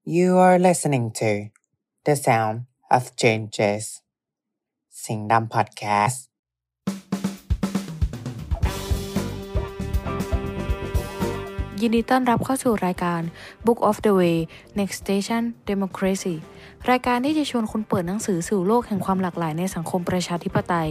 You are listening to The Sound of Changes เสียงดำพอดแคสต์ยินดีต้อนรับเข้าสู่รายการ Book of the Way Next Station Democracy รายการที่จะชวนคุณเปิดหนังสือสู่โลกแห่งความหลากหลายในสังคมประชาธิปไตย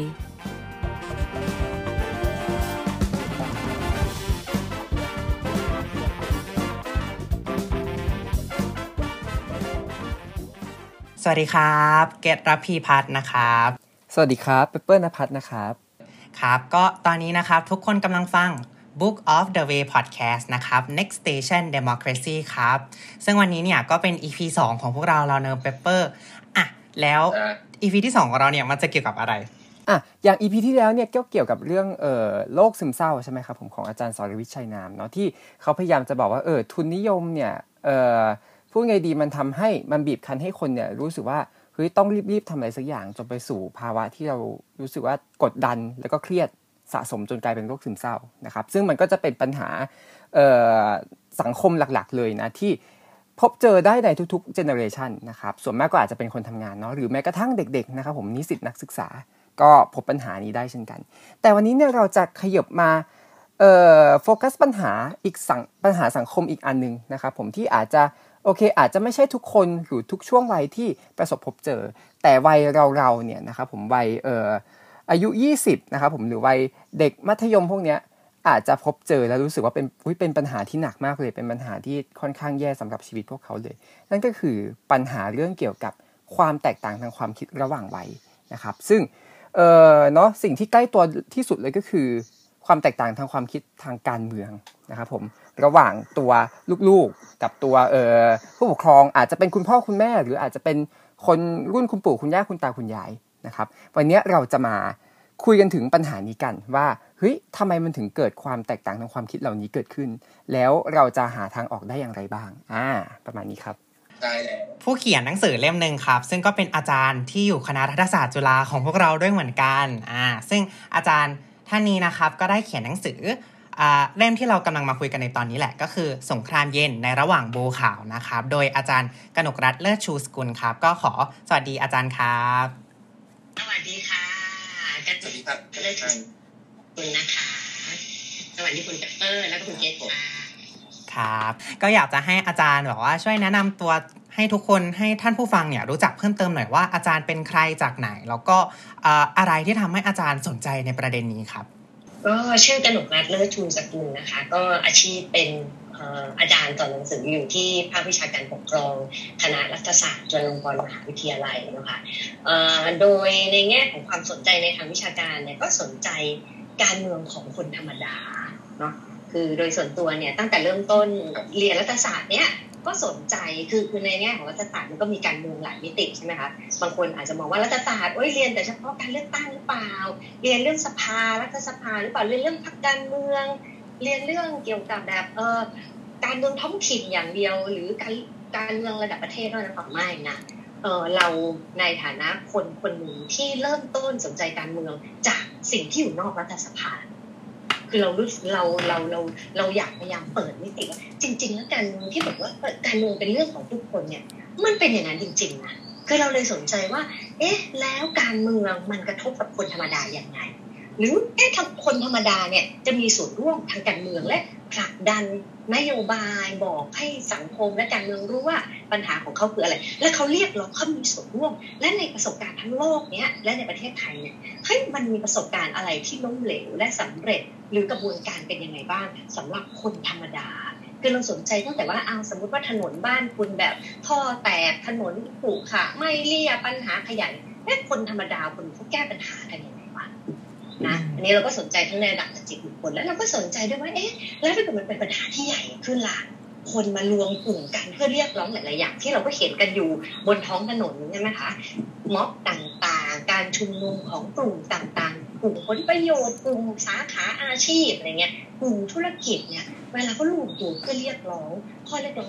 สวัสดีครับเกตรับพีพัฒน์นะครับสวัสดีครับเปเปอร์ณภัทรนะครับครับก็ตอนนี้นะครับทุกคนกำลังฟัง Book of the Way Podcast นะครับ Next Station Democracy ครับซึ่งวันนี้เนี่ยก็เป็น EP 2 ของพวกเราเนอะเปเปอร์อ่ะแล้ว EP ที่ 2 ของเราเนี่ยมันจะเกี่ยวกับอะไรอย่าง EP ที่แล้วเนี่ยก็เกี่ยวกับเรื่องโรคซึมเศร้าใช่ไหมครับผมของอาจารย์สรวิทย์ชัยนามเนาะที่เขาพยายามจะบอกว่าทุนนิยมเนี่ยพูดไงดีมันทำให้มันบีบคั้นให้คนเนี่ยรู้สึกว่าเฮ้ยต้องรีบทำอะไรสักอย่างจนไปสู่ภาวะที่เรารู้สึกว่ากดดันแล้วก็เครียดสะสมจนกลายเป็นโรคซึมเศร้านะครับซึ่งมันก็จะเป็นปัญหาสังคมหลักๆเลยนะที่พบเจอได้ในทุกๆเจเนอเรชันนะครับส่วนมากก็อาจจะเป็นคนทำงานเนาะหรือแม้กระทั่งเด็กๆนะครับผมนิสิตนักศึกษาก็พบปัญหานี้ได้เช่นกันแต่วันนี้เนี่ยเราจะขยับมาโฟกัสปัญหาปัญหาสังคมอีกอันนึงนะครับผมที่อาจจะไม่ใช่ทุกคนหรือทุกช่วงวัยที่ประสบพบเจอแต่วัยเราเนี่ยนะครับผมวัยอายุ20นะครับผมหรือวัยเด็กมัธยมพวกเนี้ยอาจจะพบเจอแล้วรู้สึกว่าเป็นปัญหาที่หนักมากเลยเป็นปัญหาที่ค่อนข้างแย่สำหรับชีวิตพวกเขาเลยนั่นก็คือปัญหาเรื่องเกี่ยวกับความแตกต่างทางความคิดระหว่างวัยนะครับซึ่งเนาะสิ่งที่ใกล้ตัวที่สุดเลยก็คือความแตกต่างทางความคิดทางการเมืองนะครับผมระหว่างตัวลูกๆกับตัวผู้ปกครองอาจจะเป็นคุณพ่อคุณแม่หรืออาจจะเป็นคนรุ่นคุณปู่คุณย่าคุณตาคุณยายนะครับวันนี้เราจะมาคุยกันถึงปัญหานี้กันว่าเฮ้ยทำไมมันถึงเกิดความแตกต่างทางความคิดเหล่านี้เกิดขึ้นแล้วเราจะหาทางออกได้อย่างไรบ้างประมาณนี้ครับผู้เขียนหนังสือเล่มนึงครับซึ่งก็เป็นอาจารย์ที่อยู่คณะรัฐศาสตร์จุฬาของพวกเราด้วยเหมือนกันซึ่งอาจารย์ท่านนี้นะครับก็ได้เขียนหนังสือเล่มที่เรากำลังมาคุยกันในตอนนี้แหละก็คือสงครามเย็นในระหว่างโบขาวนะครับโดยอาจารย์กนกรัตน์เลิศชูสกุลครับก็ขอสวัสดีอาจารย์ครับสวัสดีค่ะกนกรัตน์เลิศชูสกุลนะคะสวัสดีคุณเปเปอร์และคุณเกศค่ะครับก็อยากจะให้อาจารย์แบบว่าช่วยแนะนำตัวให้ทุกคนให้ท่านผู้ฟังเนี่ยรู้จักเพิ่มเติมหน่อยว่าอาจารย์เป็นใครจากไหนแล้วก็อะไรที่ทำให้อาจารย์สนใจในประเด็นนี้ครับก็ชื่อกนกรัตน์เลิศชูสกุลนะคะก็อาชีพเป็นอาจารย์สอนหนังสืออยู่ที่ภาควิชาการปกครองคณะรัฐศาสตร์จุฬาลงกรณ์มหาวิทยาลัยนะคะโดยในแง่ของความสนใจในทางวิชาการเนี่ยก็สนใจการเมืองของคนธรรมดาเนาะคือโดยส่วนตัวเนี่ยตั้งแต่เริ่มต้นเรียนรัฐศาสตร์เนี่ยก็สนใจคือในแง่ของรัฐศาสตร์มันก็มีการเมืองหลายมิติใช่ไหมคะบางคนอาจจะมองว่ารัฐศาสตร์เรียนแต่เฉพาะการเลือกตั้งหรือเปล่าเรียนเรื่องสภารัฐสภาหรือเปล่าเรียนเรื่องพรรคการเมืองเรียนเรื่องเกี่ยวกับแบบการเมืองท้องถิ่นอย่างเดียวหรือการเมืองระดับประเทศเท่านั้นไม่นะเราในฐานะคนหนึ่งที่เริ่มต้นสนใจการเมืองจากสิ่งที่อยู่นอกรัฐสภาคือเราอยากพยายามเปิดมิติว่าจริงๆแล้วการเมืองที่บอกว่าการเมืองเป็นเรื่องของทุกคนเนี่ยมันเป็นอย่างนั้นจริงๆนะคือเราเลยสนใจว่าแล้วการเมืองมันกระทบกับคนธรรมดาอย่างไรหรือทางคนธรรมดาเนี่ยจะมีส่วนร่วมทางการเมืองและผลักดันนโยบายบอกให้สังคมและการเมืองรู้ว่าปัญหาของเขาคืออะไรและเขาเรียกร้องเขามีส่วนร่วมและในประสบการณ์ทั้งโลกเนี้ยและในประเทศไทยเนี่ยมันมีประสบการณ์อะไรที่ล้มเหลวและสำเร็จหรือกระบวนการเป็นยังไงบ้างสำหรับคนธรรมดาคือเราสนใจตั้งแต่ว่าสมมติว่าถนนบ้านคุณแบบท่อแตกถนนผุค่ะไม่เรียบปัญหาขยะและคนธรรมดาคนเขาแก้ปัญหากันยังไงวะนะอันนี้เราก็สนใจทั้งในระดับปัจเจกบุคคลแล้วเราก็สนใจด้วยว่าแล้วถ้าเกิดมันเป็นปัญหาที่ใหญ่ขึ้นล่ะคนมารวมกลุ่มกันเพื่อเรียกร้องหลายๆอย่างที่เราก็เห็นกันอยู่บนท้องถนนใช่ไหมคะม็อบต่างๆการชุมนุมของกลุ่มต่างๆกลุ่มผลประโยชน์กลุ่มสาขาอาชีพอะไรเงี้ยกลุ่มธุรกิจเนี่ยเวลาเขารวมตัวเพื่อเรียกร้องข้อเรียกร้อง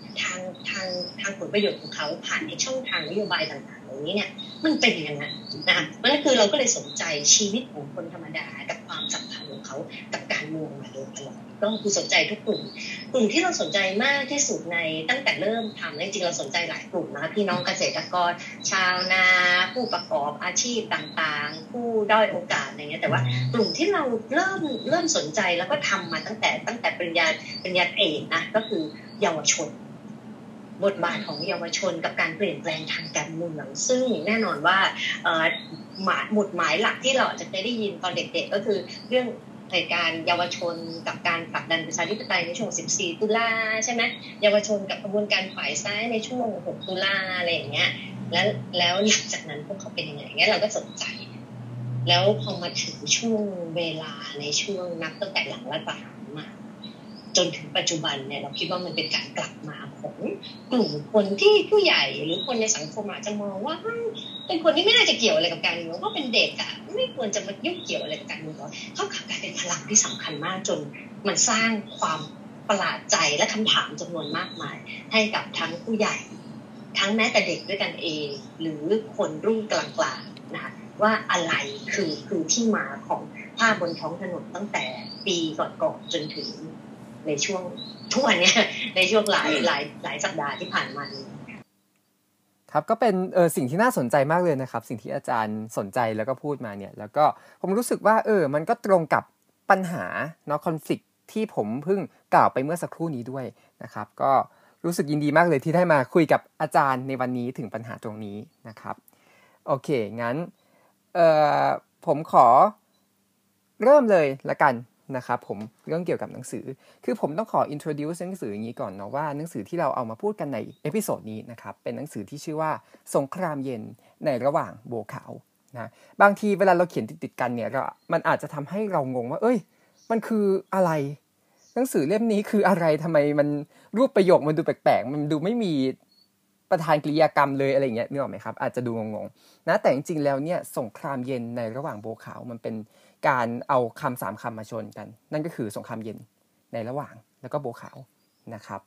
ทางทางทางผลประโยชน์ของเขาผ่านในช่องทางนโยบายต่างๆเหล่านี้เนี่ยมันเป็นอย่างนั้นนะคะนั่นคือเราก็เลยสนใจชีวิตของคนธรรมดากับความสัมพันธ์ของเขากับการเมืองมาโดยตลอดก็คือสนใจทุกกลุ่มที่เราสนใจมากที่สุดในตั้งแต่เริ่มทำจริงๆเราสนใจหลายกลุ่มนะพี่น้องเกษตรกรชาวนาผู้ประกอบอาชีพต่างๆผู้ด้อยโอกาสอะไรเงี้ยแต่ว่ากลุ่มที่เราเริ่มสนใจแล้วก็ทำมาตั้งแต่ปริญญาเอกนะก็คือเยาวชนบทบาทของเยาวชนกับการเปลี่ยนแปลงทางการเมืองซึ่งแน่นอนว่าหมุดหมายหลักที่เราจะเคยได้ยินตอนเด็กๆก็คือเรื่องเหตุการณ์เยาวชนกับการผลักดันประชาธิปไตยในช่วง14ตุลาใช่ไหมเยาวชนกับกระบวนการฝ่ายซ้ายในช่วง6ตุลาอะไรอย่างเงี้ยแล้วหลังจากนั้นพวกเขาเป็นยังไงงั้นเราก็สนใจแล้วพอมาถึงช่วงเวลาในช่วงนับตั้งแต่หลังรัฐประหารมาจนถึงปัจจุบันเนี่ยเราคิดว่ามันเป็นการกลับมาของกลุ่มคนที่ผู้ใหญ่หรือคนในสังคมอาจจะมองว่าเป็นคนที่ไม่น่าจะเกี่ยวอะไรกับการเมืองว่าเป็นเด็กอ่ะไม่ควรจะมายุ่งเกี่ยวอะไรกับการเมืองเขากลับกลายเป็นพลังที่สำคัญมากจนมันสร้างความประหลาดใจและคำถามจำนวนมากมายให้กับทั้งผู้ใหญ่ทั้งแม้แต่เด็กด้วยกันเองหรือคนรุ่นกลางๆนะคะว่าอะไรคือที่มาของภาพบนท้องถนนตั้งแต่ปีก่อนๆจนถึงในช่วงทุกวันนี้ในช่วงหลายสัปดาห์ที่ผ่านมานี้ครับก็เป็นสิ่งที่น่าสนใจมากเลยนะครับสิ่งที่อาจารย์สนใจแล้วก็พูดมาเนี่ยแล้วก็ผมรู้สึกว่ามันก็ตรงกับปัญหาเนาะคอนฟลิกต์ที่ผมเพิ่งกล่าวไปเมื่อสักครู่นี้ด้วยนะครับก็รู้สึกยินดีมากเลยที่ได้มาคุยกับอาจารย์ในวันนี้ถึงปัญหาตรงนี้นะครับโอเคงั้นผมขอเริ่มเลยละกันนะครับผมเรื่องเกี่ยวกับหนังสือคือผมต้องขอ introduce หนังสืออย่างนี้ก่อนเนาะว่าหนังสือที่เราเอามาพูดกันในเอพิโซดนี้นะครับเป็นหนังสือที่ชื่อว่าสงครามเย็นในระหว่างโบวขาวนะบางทีเวลาเราเขียนติดๆกันเนี่ยมันอาจจะทำให้เรางงว่ามันคืออะไรหนังสือเล่มนี้คืออะไรทำไมมันรูปประโยคมันดูแปลกๆมันดูไม่มีประธานกริยากรรมเลยอะไรอย่างเงี้ยนึกออกไหมครับอาจจะดูงงๆนะแต่จริงๆแล้วเนี่ยสงครามเย็นในระหว่างโบวขาวมันเป็นการเอาคำ3คำมาชนกันนั่นก็คือสงครามเย็นในระหว่างแล้วก็โบวขาวนะครับ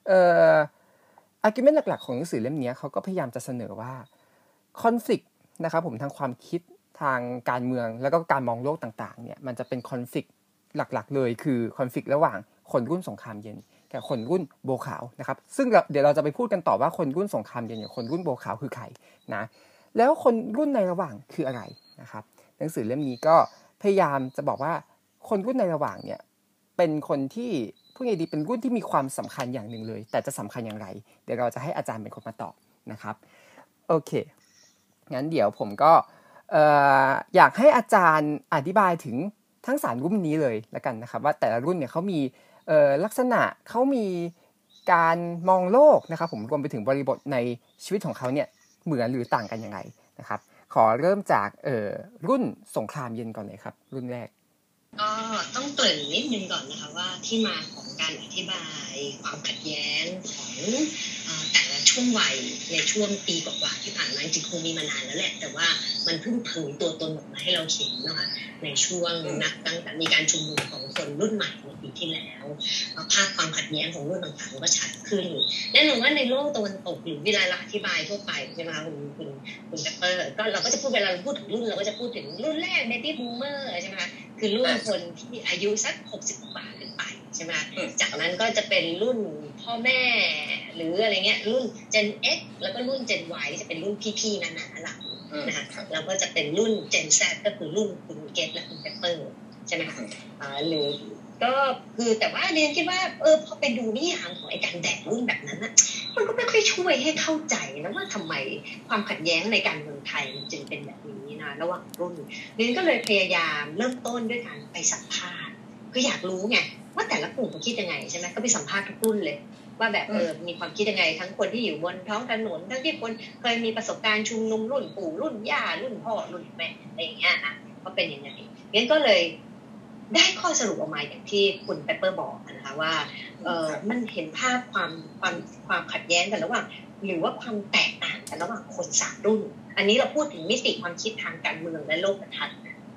argument หลักๆของหนังสือเล่มนี้เขาก็พยายามจะเสนอว่า conflict นะครับผมทางความคิดทางการเมืองแล้วก็การมองโลกต่างๆเนี่ยมันจะเป็น conflict หลักๆเลยคือ conflict ระหว่างคนรุ่นสงครามเย็นกับคนรุ่นโบวขาวนะครับซึ่งเดี๋ยวเราจะไปพูดกันต่อว่าคนรุ่นสงครามเย็นกับคนรุ่นโบวขาวคือใครนะแล้วคนรุ่นในระหว่างคืออะไรนะครับหนังสือเล่มนี้ก็พยายามจะบอกว่าคนรุ่นในระหว่างเนี่ยเป็นคนที่ผู้ใหญ่ดีเป็นรุ่นที่มีความสำคัญอย่างหนึ่งเลยแต่จะสำคัญอย่างไรเดี๋ยวเราจะให้อาจารย์เป็นคนมาตอบนะครับโอเคงั้นเดี๋ยวผมก็อยากให้อาจารย์อธิบายถึงทั้ง3รุ่นนี้เลยแล้วกันนะครับว่าแต่ละรุ่นเนี่ยเขามีลักษณะเขามีการมองโลกนะครับผมรวมไปถึงบริบทในชีวิตของเขาเนี่ยเหมือนหรือต่างกันยังไงนะครับขอเริ่มจากรุ่นสงครามเย็นก่อนเลยครับรุ่นแรกก็ต้องเกริ่นนิดนึงก่อนนะคะว่าที่มาของการอธิบายความขัดแย้งของแต่ละช่วงวัยในช่วงปีกว่าๆที่ผ่านมาจริงๆคงมีมานานแล้วแหละแต่ว่ามันเพิ่งเผยตัวตนออกมาให้เราเห็นนะคะในช่วงตั้งแต่มีการชุมนุมของคนรุ่นใหม่ในปีที่แล้วภาพความขัดแย้งของรุ่นต่างๆก็ชัดขึ้นแน่นอนว่าในโลกตะวันตกหรือเวลาเราอธิบายทั่วไปใช่ไหมคะคุณเปเปอร์ก็เราก็จะพูดเวลาเราพูดถึงรุ่นเราก็จะพูดถึงรุ่นแรก Baby Boomer ใช่ไหมคะคือรุ่นคนที่อายุสัก60 กว่าขึ้นไปใช่ไหมจากนั้นก็จะเป็นรุ่นพ่อแม่หรืออะไรเงี้ยรุ่น Gen X แล้วก็รุ่น Gen Y ที่จะเป็นรุ่นพี่ๆนาๆหลังนะคะแล้วก็จะเป็นรุ่น Gen Z ก็คือรุ่นคุณเกตและคุณเปเปอร์ใช่ไหมคะหรือก็คือแต่ว่าเรียนคิดว่าพอไปดูนิยามของไอ้การแบ่งรุ่นแบบนั้นนะมันก็ไม่ค่อยช่วยให้เข้าใจนะว่าทำไมความขัดแย้งในการเมืองไทยมันจึงเป็นแบบนี้นะระหว่างรุ่นเรียนก็เลยพยายามเริ่มต้นด้วยการไปสัมภาษณ์ก็อยากรู้ไงว่าแต่ละกลุ่มเขาคิดยังไงใช่ไหมก็ไปสัมภาษณ์ทุกรุ่นเลยว่าแบบมีความคิดยังไงทั้งคนที่อยู่บนท้องถนนทั้งที่คนเคยมีประสบการณ์ชุมนุมรุ่นปู่รุ่นย่ารุ่นพ่อรุ่นแม่อะไรอย่างเงี้ยนะก็เป็นยังไงงั้นก็เลยได้ข้อสรุปออกมาอย่างที่คุณเปเปอร์บอกนะคะว่ามันเห็นภาพความขัดแย้งกันระหว่างหรือว่าความแตกต่างกันระหว่างคน3รุ่นอันนี้เราพูดถึงมิติความคิดทางการเมืองและโลกทัศน์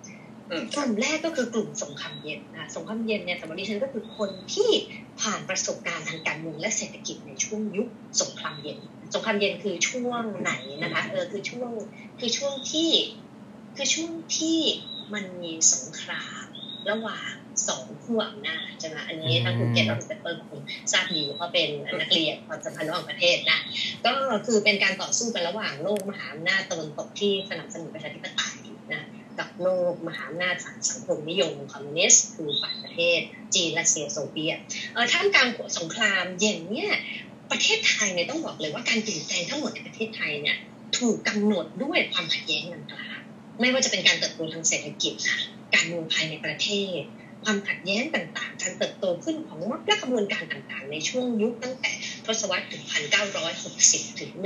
กลุ่มแรกก็คือกลุ่มสงครามเย็นนะสงครามเย็นเนี่ยสำหรับดิฉันก็คือคนที่ผ่านประสบการณ์ทางการเมืองและเศรษฐกิจในช่วงยุคสงครามเย็นสงครามเย็นคือช่วงไหนนะคะคือช่วงที่มันมีสงครามระหว่างสองขั้วอำนาจใช่ไหมอันนี้ทางคุณเกตและคุณเปเปอร์คงทราบดีเพราะเป็นนักเรียนความสัมพันธ์ระหว่างประเทศนะก็คือเป็นการต่อสู้กันระหว่างโลกมหาอำนาจตะวันตกที่สนับสนุนประชาธิปไตยนะกับโลกมหาอำนาจฝั่งสังคมนิยมคอมมิวนิสต์คือฝั่งประเทศจีนรัสเซียโซเวียตท่ามกลางสงครามเย็นเนี่ยประเทศไทยเนี่ยต้องบอกเลยว่าการเปลี่ยนแปลงทั้งหมดในประเทศไทยเนี่ยถูกกำหนดด้วยความขัดแย้งต่างๆไม่ว่าจะเป็นการเติบโตทางเศรษฐกิจการเมืองภายในประเทศความขัดแย้งต่างๆการเติบโตขึ้นของและกระบวนการต่างๆในช่วงยุคตั้งแต่ทศวรรษ 1960 ถึง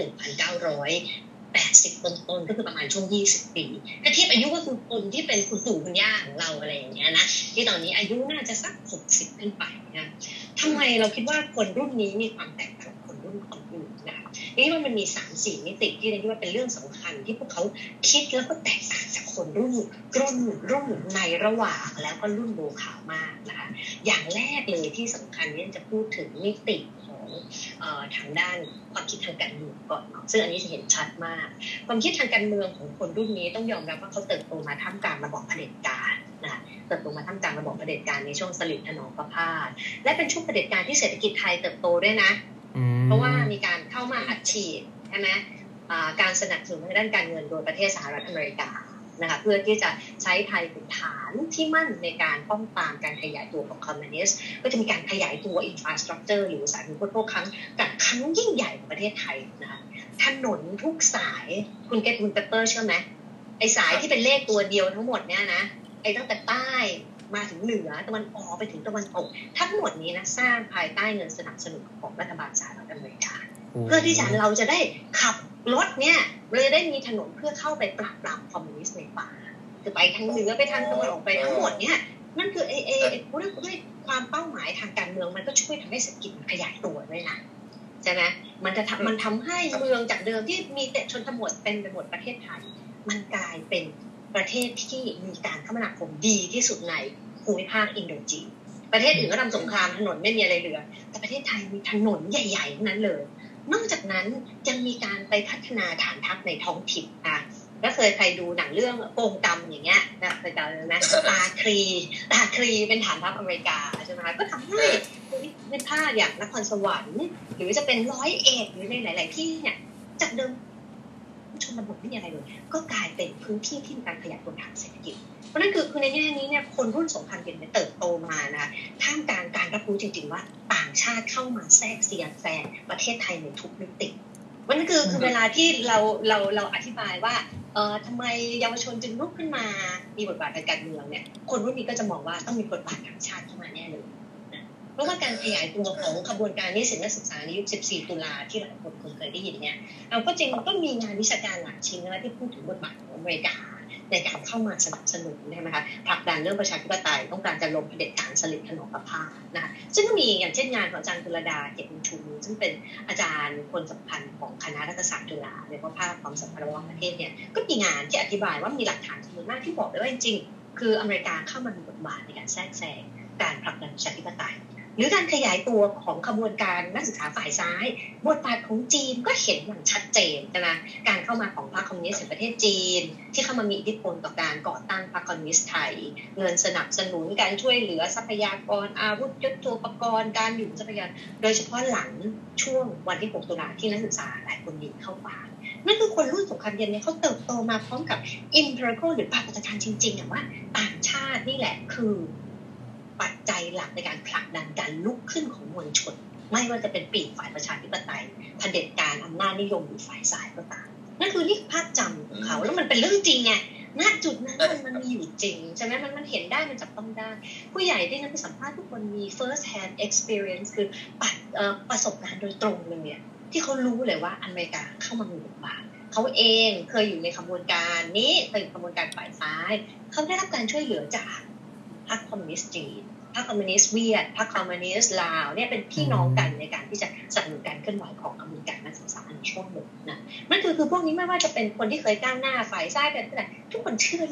1980 ต้นๆก็คือประมาณช่วง20 ปีถ้าเทียบอายุก็คือคนที่เป็นคุณปู่คุณย่าของเราอะไรอย่างเงี้ยนะที่ตอนนี้อายุน่าจะสัก60ขึ้นไปนะทำไมเราคิดว่าคนรุ่นนี้มีความแตกต่างคนรุ่นอื่นนะนี่ว่ามันมี 3-4 มิติที่เรียกว่าเป็นเรื่องสำคัญที่พวกเขาคิดแล้วก็แตกต่างจากคนรุ่นในระหว่างแล้วก็รุ่นโบว์ขาวมากนะคะอย่างแรกเลยที่สำคัญเนี่ยจะพูดถึงมิติของทางด้านความคิดทางการเมืองก่อนเนาะซึ่งอันนี้จะเห็นชัดมากความคิดทางการเมืองของคนรุ่นนี้ต้องยอมรับว่าเขาเติบโตมาท่ามกลางระบอบเผด็จการนะคะเติบโตมาท่ามกลางระบอบเผด็จการในช่วงสลิดถนอมประพาสและเป็นช่วงเผด็จการที่เศรษฐกิจไทยเติบโตด้วยนะเพราะว่ามีการเข้ามาอัดฉีดใช่ไหมการสนับสนุนทางด้านการเงินโดยประเทศสหรัฐอเมริกานะคะเพื่อที่จะใช้ไทยเป็นฐานที่มั่นในการป้องปรามการขยายตัวของคอมมิวนิสต์ก็จะมีการขยายตัวอินฟราสตรัคเจอร์หรือสาธารณูปโภคครั้งยิ่งใหญ่ของประเทศไทยนะคะถนนทุกสายคุณเปเปอร์เชื่อไหมไอสายที่เป็นเลขตัวเดียวทั้งหมดเนี่ยนะไอตั้งแต่ใต้มาถึงเหนือตะวันออกไปถึงตะวันตกทั้งหมดนี้นะสร้างภายใต้เงินสนับสนุนของรัฐบาลสหรัฐอเมริกาเพื่อที่เราจะได้ขับรถเนี่ยเราจะได้มีถนนเพื่อเข้าไปปราบปรามคอมมิวนิสต์ในป่าคือไปทางเหนือไปทางตะวันออกไปทั้งหมดเนี่ยนั่นคือด้วยความเป้าหมายทางการเมืองมันก็ช่วยทำให้เศรษฐกิจขยายตัวด้วยนะใช่ไหมมันทำให้เมืองจากเดิมที่มีแต่ชนบทเป็นไปหมดประเทศไทยมันกลายเป็นประเทศที่มีการคมนาคมดีที่สุดในภูมิภาคอินโดจีนประเทศอื่นก็ทำสงครามถนนไม่มีอะไรเหลือแต่ประเทศไทยมีถนนใหญ่ๆทั้งนั้นเลยนอกจากนั้นยังมีการไปพัฒนาฐานทัพในท้องถิ่นก็เคยใครดูหนังเรื่องโกงกรรมอย่างเงี้ยนะเคยดูไหมตาครีเป็นฐานทัพอเมริกาใช่ไหมก็ทำให้ภูมิภาคอย่างนครสวรรค์หรือจะเป็น101หรือในหลายๆที่เนี่ยจากเดิมชนบทไม่มีอะไรเลยก็กลายเป็นพื้นที่ที่มีการขยายตัวทางเศรษฐกิจเพราะนั่นคือในแง่นี้เนี่ยคนรุ่นสงครามเย็นเนี่ยเติบโตมานะคะท่ามกลางการรับรู้จริงๆว่าต่างชาติเข้ามาแทรกเสียดแซงประเทศไทยในทุกมิติวันนั้นคือเวลาที่เราอธิบายว่าทำไมเยาวชนจึงลุกขึ้นมามีบทบาททางการเมืองเนี่ยคนรุ่นนี้ก็จะมองว่าต้องมีบทบาททางชาติเข้ามาแน่เลยเพราะว่าการขยายตัวของขบวนการนิสิตนักศึกษาในยุค14 ตุลาที่หลายคนเคยได้ยินเนี่ยเราก็จริงมันก็มีงานวิชาการหลายชิ้นนะที่พูดถึงบทบาทของอเมริกาในการเข้ามาสนับสนุนใช่ไหมคะผลักดันเรื่องประชาธิปไตยต้องการจะล้มเผด็จการสลิดถนอมประพาสนะคะซึ่งก็มีอย่างเช่นงานของอาจารย์กุลดาเกียรติบุญชูซึ่งเป็นอาจารย์คนสำคัญของคณะรัฐศาสตร์จุฬาในภาคความสัมพันธ์ระหว่างประเทศเนี่ยก็มีงานที่อธิบายว่ามีหลักฐานจำนวนมากที่บอกได้ว่าจริงๆคืออเมริกาเข้ามามีบทบาทในการแทรกแซงการผลักดันประชาธิปไตยหรือการขยายตัวของขบวนการนักศึกษาฝ่ายซ้ายบทบาทของจีนก็เห็นอย่างชัดเจนนะการเข้ามาของพรรคคอมมิวนิสต์แห่งประเทศจีนที่เข้ามามีอิทธิพลต่อการก่อตั้งพรรคคอมมิวนิสต์ไทยเงินสนับสนุนการช่วยเหลือทรัพยากรอาวุธยุทโธปกรณ์การอยู่ทรัพยากรโดยเฉพาะหลังช่วงวันที่ 6 ตุลาที่นักศึกษาหลายคนหนีเข้าป่านั่นคือคนรุ่นสงครามเย็นเนี่ยเขาเติบโตมาพร้อมกับ empirical หรือปรากฏการณ์จริงๆว่าต่างชาตินี่แหละคือปัจจัยหลักในการผลักดันการลุกขึ้นของมวลชนไม่ว่าจะเป็นปีกฝ่ายประชาธิปไตยเผด็จการอำนาจนิยมหรือฝ่ายซ้ายก็ตามนั่นคือนี่ภาพจำของเขาแล้วมันเป็นเรื่องจริงไงณจุดนั้นมันมีอยู่จริงใช่ไหมมันเห็นได้มันจับต้องได้ผู้ใหญ่ที่นั่นไปสัมภาษณ์ทุกคนมี first hand experience คือประสบการณ์โดยตรงเลยเนี่ยที่เขารู้เลยว่าอเมริกาเข้ามามีบทบาทเขาเองเคยอยู่ในขบวนการนี้เคยอยู่ขบวนการฝ่ายซ้ายเขาได้รับการช่วยเหลือจากพรรคคอมมิวนิสต์จีนพรรคคอมมิวนิสต์เวียดพรรคคอมมิวนิสต์ลาวเนี่ยเป็นพี่น้องกันในการที่จะสนับสนุนการเคลื่อนไหวของขบวนการนักศึกษาในช่วงหนึ่งนะนั่นคือพวกนี้ไม่ว่าจะเป็นคนที่เคยก้าวหน้าฝ่ายซ้ายเป็นอะไรทุกคนเชื่อเรื่อง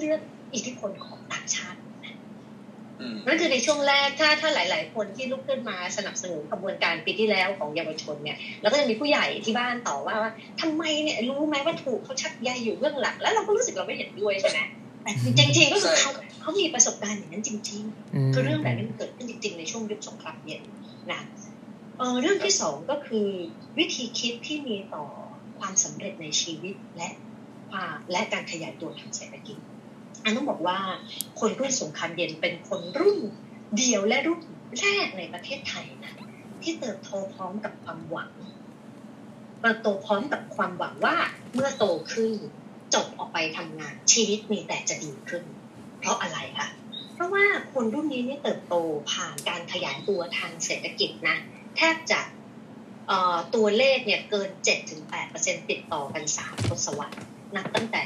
อิทธิพลของต่างชาตินั่นคือในช่วงแรกถ้าหลายๆคนที่ลุกขึ้นมาสนับสนุนกระบวนการปีที่แล้วของเยาวชนเนี่ยแล้วก็จะมีผู้ใหญ่ที่บ้านต่อว่าทำไมเนี่ยรู้ไหมว่าถูกเขาชักใยอยู่เบื้องหลังแล้วเราก็รู้สึกเราไม่เห็นด้วยใช่ไหมแต่จริงๆก็คือเขามีประสบการณ์อย่างนั้นจริงๆคือเรื่องแบบนี้มันเกิดขึ้นจริงๆในช่วงยุคสงครามเย็นนะเรื่องที่สองก็คือวิธีคิดที่มีต่อความสำเร็จในชีวิตและการขยายตัวทางเศรษฐกิจต้องบอกว่าคนรุ่นสงครามเย็นเป็นคนรุ่นเดียวและรุ่นแรกในประเทศไทยนะที่เติบโตพร้อมกับความหวังว่าเมื่อโตขึ้นจบออกไปทำงานชีวิตมีแต่จะดีขึ้นเพราะอะไรคะเพราะว่าคนรุ่นนี้เนี่ยเติบโตผ่านการขยายตัวทางเศรษฐกิจนะแทบจะตัวเลขเนี่ยเกิน 7-8% ติดต่อกัน3ทศวรรษนับตั้งแต่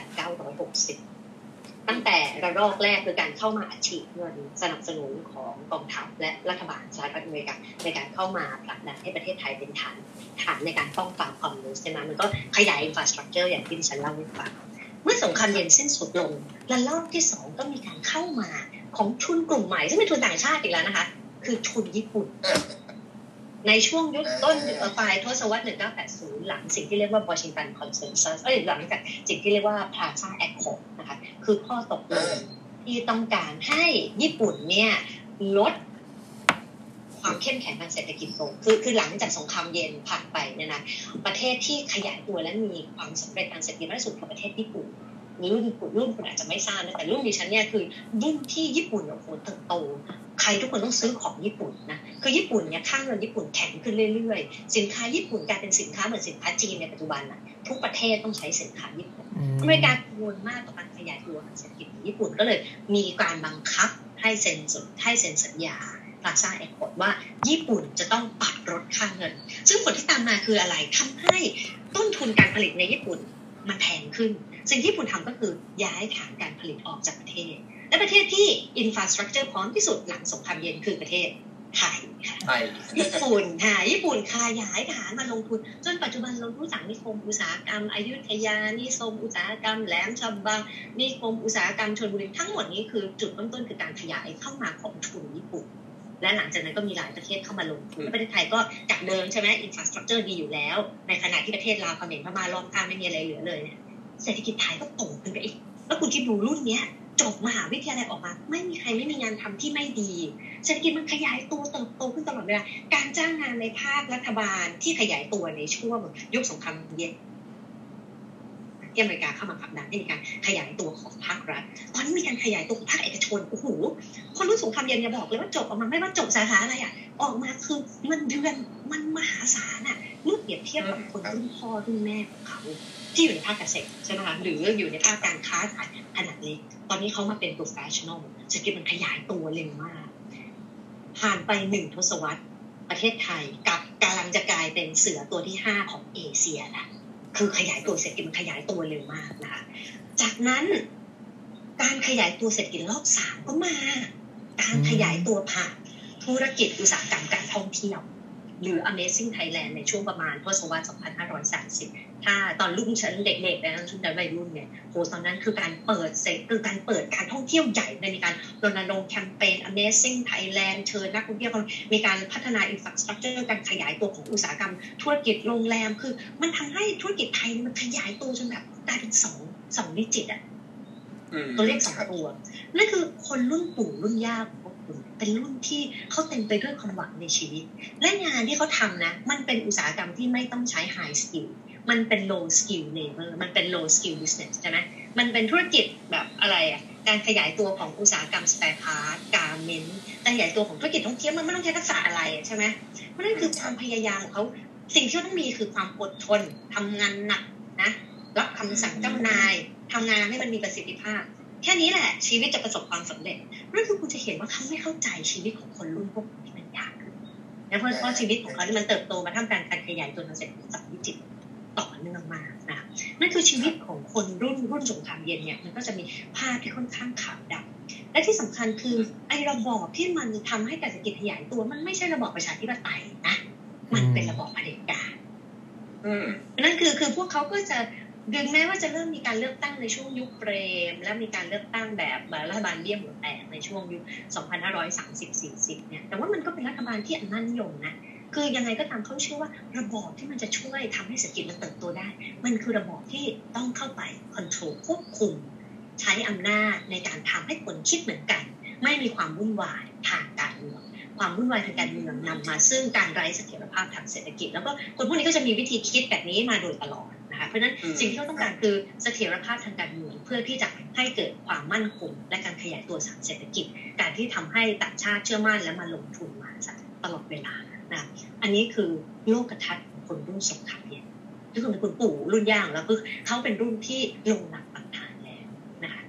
1960 ตั้งแต่ระลอกแรกคือการเข้ามาอัดฉีดเงินสนับสนุนของกองทัพและรัฐบาลสหรัฐอเมริกาในการเข้ามาผลักดันให้ประเทศไทยเป็นฐานในการป้องกันคอมมิวนิสต์ใช่ไหมมันก็ขยายอินฟราสตรัคเจอร์อย่างที่ดิฉันเล่าให้ฟังเมื่อสงครามเย็นสิ้นสุดลงระลอกที่2ก็มีการเข้ามาของทุนกลุ่มใหม่ซึ่งเป็นทุนต่างชาติอีกแล้วนะคะคือทุนญี่ปุ่นในช่วงยุคต้นปลายทศวรรษ 1980 หลังสิ่งที่เรียกว่า Washington Consensus หลังจากสิ่งที่เรียกว่า Plaza Accord นะคะคือข้อตกลงที่ต้องการให้ญี่ปุ่นเนี่ยลดความเข้มแข็งทางเศรษฐกิจลงคือหลังจากสงครามเย็นผ่านไปเนี่ยนะประเทศที่ขยายตัวและมีความสำเร็จทางเศรษฐกิจมากที่สุดคือประเทศญี่ปุ่นรุ่นคุณอาจจะไม่ทราบนะแต่รุ่นดิฉันเนี่ยคือรุ่นที่ญี่ปุ่นโอ้โหเติบโตใครทุกคนต้องซื้อของญี่ปุ่นนะคือญี่ปุ่นเนี่ยค่าเงินญี่ปุ่นแข็งขึ้นเรื่อยๆสินค้าญี่ปุ่นกลายเป็นสินค้าเหมือนสินค้าจีนในปัจจุบันนะทุกประเทศต้องใช้สินค้าญี่ปุ่นอเมริกากังวลมากต่อการขยายตัวทางเศรษฐกิจของญี่ปุ่นก็เลยมีการบังคับให้เซ็นสัญญาPlaza Accord ว่าญี่ปุ่นจะต้องปรับลดค่าเงินซึ่งผลที่ตามมาคืออะไรทำให้ต้นทุนการผลิตในญี่ปุ่นมันแพงขึ้นสิ่งที่ญี่ปุ่นทำก็คือย้ายฐานการผลิตออกจากประเทศและประเทศที่อินฟราสตรัคเจอร์พร้อมที่สุดหลังสงครามเย็นคือประเทศไทยค่ะญี่ปุ่นย้ายฐานมาลงทุนจนปัจจุบันเรารู้จักนิคมอุตสาหกรรมอยุธยานิคมอุตสาหกรรมแหลมฉบังนิคมอุตสาหกรรมชลบุรีทั้งหมดนี้คือจุดเริ่มต้นคือการขยายเข้ามาของทุนญี่ปุ่นและหลังจากนั้นก็มีหลายประเทศเข้ามาลงทุนประเทศไทยก็จากเดิมใช่ไหมอินฟราสตรัคเจอร์ดีอยู่แล้วในขณะที่ประเทศลาวเขมรพม่ารอบข้างไม่มีอะไรเหลือเลยเนี่ยเศรษฐกิจไทยก็โตขึ้นไปอีกแล้วคุณคิดดูรุ่นเนี้ยจบมหาวิทยาลัยออกมาไม่มีใครไม่มีงานทำที่ไม่ดีเศรษฐกิจมันขยายตัวเติบโตขึ้นตลอดเวลาการจ้างงานในภาครัฐบาลที่ขยายตัวในช่วงยุคสงครามเย็นที่อเมริกาเข้ามาผลักดันให้มีการขยายตัวของภาครัฐตอนนี้มีการขยายตัวของภาคเอกชนโอ้โหคนรุ่นสงครามเย็นเนี่ยบอกเลยว่าจบออกมาไม่ว่าจบสาขาอะไรออกมาคือเงินเดือนมันมหาศาลเมื่อเปรียบเทียบกับคนรุ่นพ่อรุ่นแม่ของเขาที่อยู่ในภาคเกษตรใช่ไหมคะหรืออยู่ในภาคการค้าขายขนาดเล็กตอนนี้เขามาเป็น professional เศรษฐกิจมันขยายตัวเร็วมากผ่านไป1 ทศวรรษประเทศไทยกำลังจะกลายเป็นเสือตัวที่5ของเอเชียละคือขยายตัวเศรษฐกิจมันขยายตัวเร็วมากนะคะจากนั้นการขยายตัวเศรษฐกิจรอบ3ก็มาการขยายตัวผ่านธุรกิจอุตสาหกรรมการท่องเที่ยวหรือ Amazing Thailand ในช่วงประมาณทศวรรษ 2530 ถ้าตอนรุ่นฉันเด็กๆนะชุดนั้นวัยรุ่นเนี่ยโหตอนนั้นคือการเปิดการท่องเที่ยวใหญ่ในการรณรงค์แคมเปญ Amazing Thailand เชิญนักท่องเที่ยวมีการพัฒนา infrastructure การขยายตัวของอุตสาหกรรมธุรกิจโรงแรมคือมันทำให้ธุรกิจไทยมันขยายตัวจนแบบกลายเป็น2ดิจิตตัวเลข2ตัวนั่นคือคนรุ่นปู่รุ่นย่าเป็นรุ่นที่เขาเต็มไปด้วยความหวังในชีวิตและงานที่เขาทำนะมันเป็นอุตสาหกรรมที่ไม่ต้องใช้ high skill มันเป็น low skill labor มันเป็น low skill business ใช่ไหมมันเป็นธุรกิจแบบอะไรการขยายตัวของอุตสาหกรรม spare part garment การขยายตัวของธุรกิจท่องเที่ยวมันไม่ต้องใช้ทักษะอะไรใช่ไหมเพราะนั่นคือความพยายามของเขาสิ่งที่เขาต้องมีคือความอดทนทำงานหนักนะรับคำสั่งเจ้านายทำงานให้มันมีประสิทธิภาพแค่นี้แหละชีวิตจะประสบความสำเร็จนั่นคือคุณจะเห็นว่าเขาไม่เข้าใจชีวิตของคนรุ่นพวกนี้มันยากขึ้นนะเพราะชีวิตของเขาที่มันเติบโตมาท่ามกลางการขยายตัวทางเศรษฐกิจ2 ดิจิตต่อเนื่องมานะนั่นคือชีวิตของคนรุ่นสงครามเย็นเนี่ยมันก็จะมีภาพที่ค่อนข้างขาวดำและที่สำคัญคือไอ้ระบอบที่มันทำให้เศรษฐกิจขยายตัวมันไม่ใช่ระบอบประชาธิปไตยนะมันเป็นระบอบเผด็จการนั่นคือพวกเขาก็จะถึงแม้ว่าจะเริ่มมีการเลือกตั้งในช่วงยุคเปรมและมีการเลือกตั้งแบบรัฐบาลเลี่ยมหัวแตกในช่วงยุค 2530-40 เนี่ยแต่ว่ามันก็เป็นรัฐบาลที่อำนาจนิยมนะคือยังไงก็ตามเขาเชื่อว่าระบอบที่มันจะช่วยทำให้เศรษฐกิจมันเติบโตได้มันคือระบอบที่ต้องเข้าไปคอนโทรลควบคุมใช้อำนาจในการทำให้คนคิดเหมือนกันไม่มีความวุ่นวายทางการเมืองความวุ่นวายทางการเมืองนำมาซึ่งการไร้เสถียรภาพทางเศรษฐกิจแล้วก็คนพวกนี้ก็จะมีวิธีคิดแบบนี้มาโดยตลอดนะคะเพราะฉะนั้นสิ่งที่เราต้องการคือเสถียรภาพทางการเมืองเพื่อที่จะให้เกิดความมั่นคงและการขยายตัวทางเศรษฐกิจการที่ทำให้ต่างชาติเชื่อมั่นและมาลงทุนมาตลอดเวลานะอันนี้คือโลกทัศน์ของคนรุ่นสงครามเย็นที่คือคุณปู่รุ่นย่างแล้วคือเขาเป็นรุ่นที่ลงหลักปักฐานแล้วนะคะ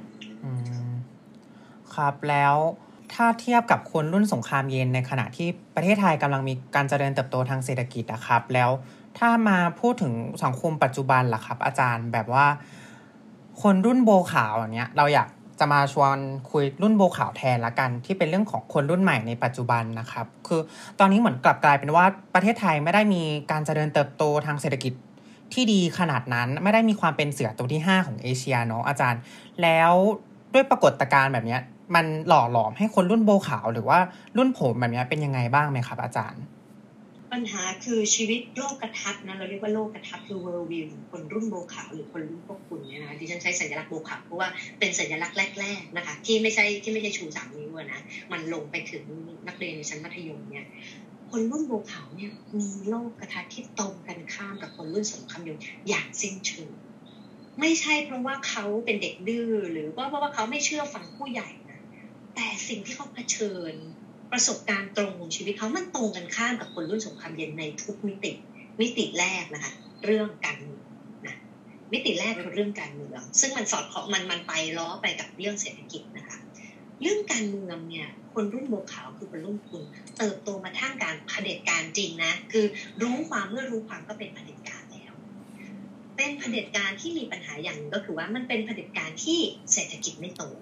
ครับแล้วถ้าเทียบกับคนรุ่นสงครามเย็นในขณะที่ประเทศไทยกำลังมีการเจริญเติบโตทางเศรษฐกิจนะครับแล้วถ้ามาพูดถึงสังคมปัจจุบันล่ะครับอาจารย์แบบว่าคนรุ่นโบขาวอย่างเนี้ยเราอยากจะมาชวนคุยรุ่นโบขาวแทนละกันที่เป็นเรื่องของคนรุ่นใหม่ในปัจจุบันนะครับคือตอนนี้เหมือนกลับกลายเป็นว่าประเทศไทยไม่ได้มีการเจริญเติบโตทางเศรษฐกิจที่ดีขนาดนั้นไม่ได้มีความเป็นเสือตัวที่5ของเอเชียเนาะอาจารย์แล้วด้วยปรากฏการณ์แบบนี้มันหล่อหลอมให้คนรุ่นโบขาวหรือว่ารุ่นผมแบบนี้เป็นยังไงบ้างไหมครับอาจารย์ปัญหาคือชีวิตโลกทัศน์นะเราเรียกว่าโลกทัศน์คือ world view คนรุ่นโบขาวหรือคนรุ่นพวกคุณเนี่ยนะดิฉันใช้สัญลักษณ์โบขาวเพราะว่าเป็นสัญลักษณ์แรกๆนะคะที่ไม่ใช่ชู3 นิ้วนะมันลงไปถึงนักเรียนในชั้นมัธยมเนี่ยคนรุ่นโบขาวเนี่ยมีโลกทัศน์ที่ตรงกันข้ามกับคนรุ่นสงครามเย็นอย่างสิ้นเชิงไม่ใช่เพราะว่าเขาเป็นเด็กดื้อหรือว่าเพราะว่าเขาไม่เชื่อฟังผู้ใหญ่นะแต่สิ่งที่เขาเผชิญประสบการณ์ตรงของชีวิตเขามันตรงกันข้ามกับคนรุ่นสงครามเย็นในทุกมิติแรกนะคะเรื่องการเมืองนะมิติแรกคือเรื่องการเมืองซึ่งมันสอดคล้องมันไปล้อไปกับเรื่องเศรษฐกิจนะคะเรื่องการเมืองเนี่ยคนรุ่นโบขาวคือคนรุ่นคุณเติบโตมาท่ามกลางเผด็จการจริงนะคือรู้ความเมื่อรู้ความก็เป็นเผด็จการแล้วเป็นเผด็จการที่มีปัญหาอย่างนึงก็คือว่ามันเป็นเผด็จการที่เศรษฐกิจไม่โต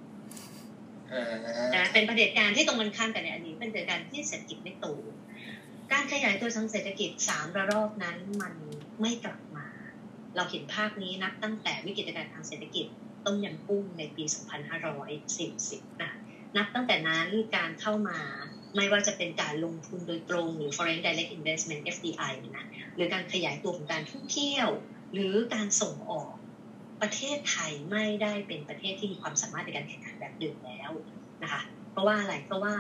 เป็นเผด็จการที่ตรงกันข้ามกันในอันนี้เป็นเผด็จการที่เศรษฐกิจไม่โตการขยายตัวทางเศรษฐกิจ3 ระลอกนั้นมันไม่กลับมาเราเห็นภาพนี้นับตั้งแต่วิกฤตการณ์ทางเศรษฐกิจต้มยำกุ้งในปี 2540 นะนับตั้งแต่นั้นการเข้ามาไม่ว่าจะเป็นการลงทุนโดยตรงหรือ Foreign Direct Investment FDI นะหรือการขยายตัวของการท่องเที่ยวหรือการส่งออกประเทศไทยไม่ได้เป็นประเทศที่มีความสามารถในการแข่งขันแบบเดิมแล้วนะคะเพราะว่าอะไรเพราะว่า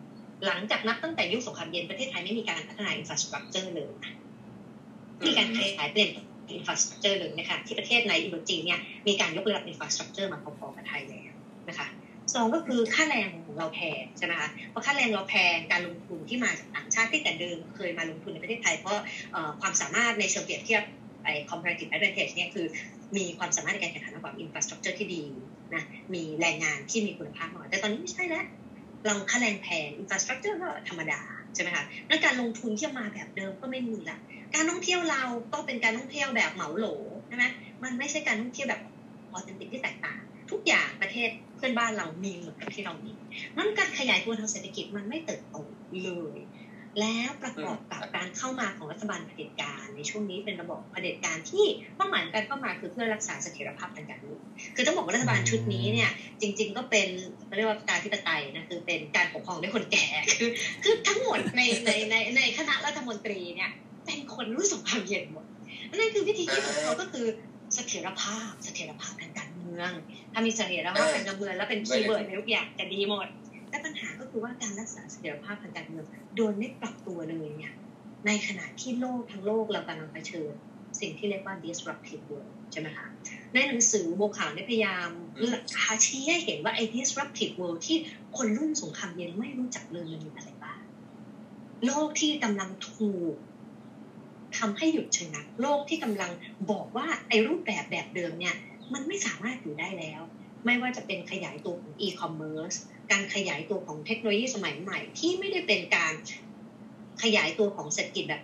1หลังจากนับตั้งแต่ยุคสงครามเย็นประเทศไทยไม่มีการพัฒนา infrastructure เลยมีการขยายเปลี่ยน infrastructure เลยนะคะที่ประเทศในอินโดจีนเนี่ยมีการยกระดับ infrastructure มาพอๆกับไทยแล้วนะคะ2ก็คือค่าแรงของเราแพงใช่ไหมคะเพราะค่าแรงเราแพงการลงทุนที่มาจากต่างชาติที่แต่เดิมเคยมาลงทุนในประเทศไทยเพราะความสามารถในเชิงเปรียบเทียบcomparative advantage เนี่ยคือมีความสามารถในการแข่งขันระหว่าง infrastructure ที่ดีนะมีแรงงานที่มีคุณภาพหน่อยแต่ตอนนี้ไม่ใช่แล้วเราค่าแรงแพง infrastructure ก็ธรรมดาใช่ไหมคะงั้นการลงทุนที่มาแบบเดิมก็ไม่มีละการท่องเที่ยวเราก็เป็นการท่องเที่ยวแบบเหมาโหลใช่ไหมมันไม่ใช่การท่องเที่ยวแบบออเทนติกที่แตกต่างทุกอย่างประเทศเพื่อนบ้านเรามีหมดที่เรามีนั่นการขยายตัวทางเศรษฐกิจมันไม่เติบโตเลยแล้วประกอบกับการเข้ามาของรัฐบาลเผด็จการในช่วงนี้เป็นระบบเผด็จการที่เป้าหมายการเข้ามาคือเพื่อรักษาเสถียรภาพทางการเมืองคือต้องบอกว่ารัฐบาลชุดนี้เนี่ยจริงๆก็เป็นเรียกว่าการธิปไตยนะคือเป็นการปกครองด้วยคนแก่คือทั้งหมดในคณะรัฐมนตรีเนี่ยเป็นคนรุ่นสงครามเย็นหมดนั่นคือวิธีคิดของเขาก็คือเสถียรภาพทางการเมืองถ้ามีเสถียรภาพทางการเมืองแล้วเป็นคีย์เวิร์ดในทุกอย่างจะดีหมดแต่ปัญหาก็คือว่าการรักษาเสถียรภาพทางการเมืองโดยไม่ปรับตัวเลยเนี่ยในขณะที่ทั้งโลกเรากำลังเผชิญสิ่งที่เรียกว่า disruptive world ใช่ไหมคะในหนังสือโบขาวได้พยายามชี้ให้เห็นว่าไอ้ disruptive world ที่คนรุ่นสงครามเย็นไม่รู้จักเลยมันมีอะไรบ้างโลกที่กำลังถูกทำให้หยุดชะงักโลกที่กำลังบอกว่าไอ้รูปแบบเดิมเนี่ยมันไม่สามารถอยู่ได้แล้วไม่ว่าจะเป็นขยายตัวของ e-commerce การขยายตัวของเทคโนโลยีสมัยใหม่ที่ไม่ได้เป็นการขยายตัวของเศรษฐกิจแบบ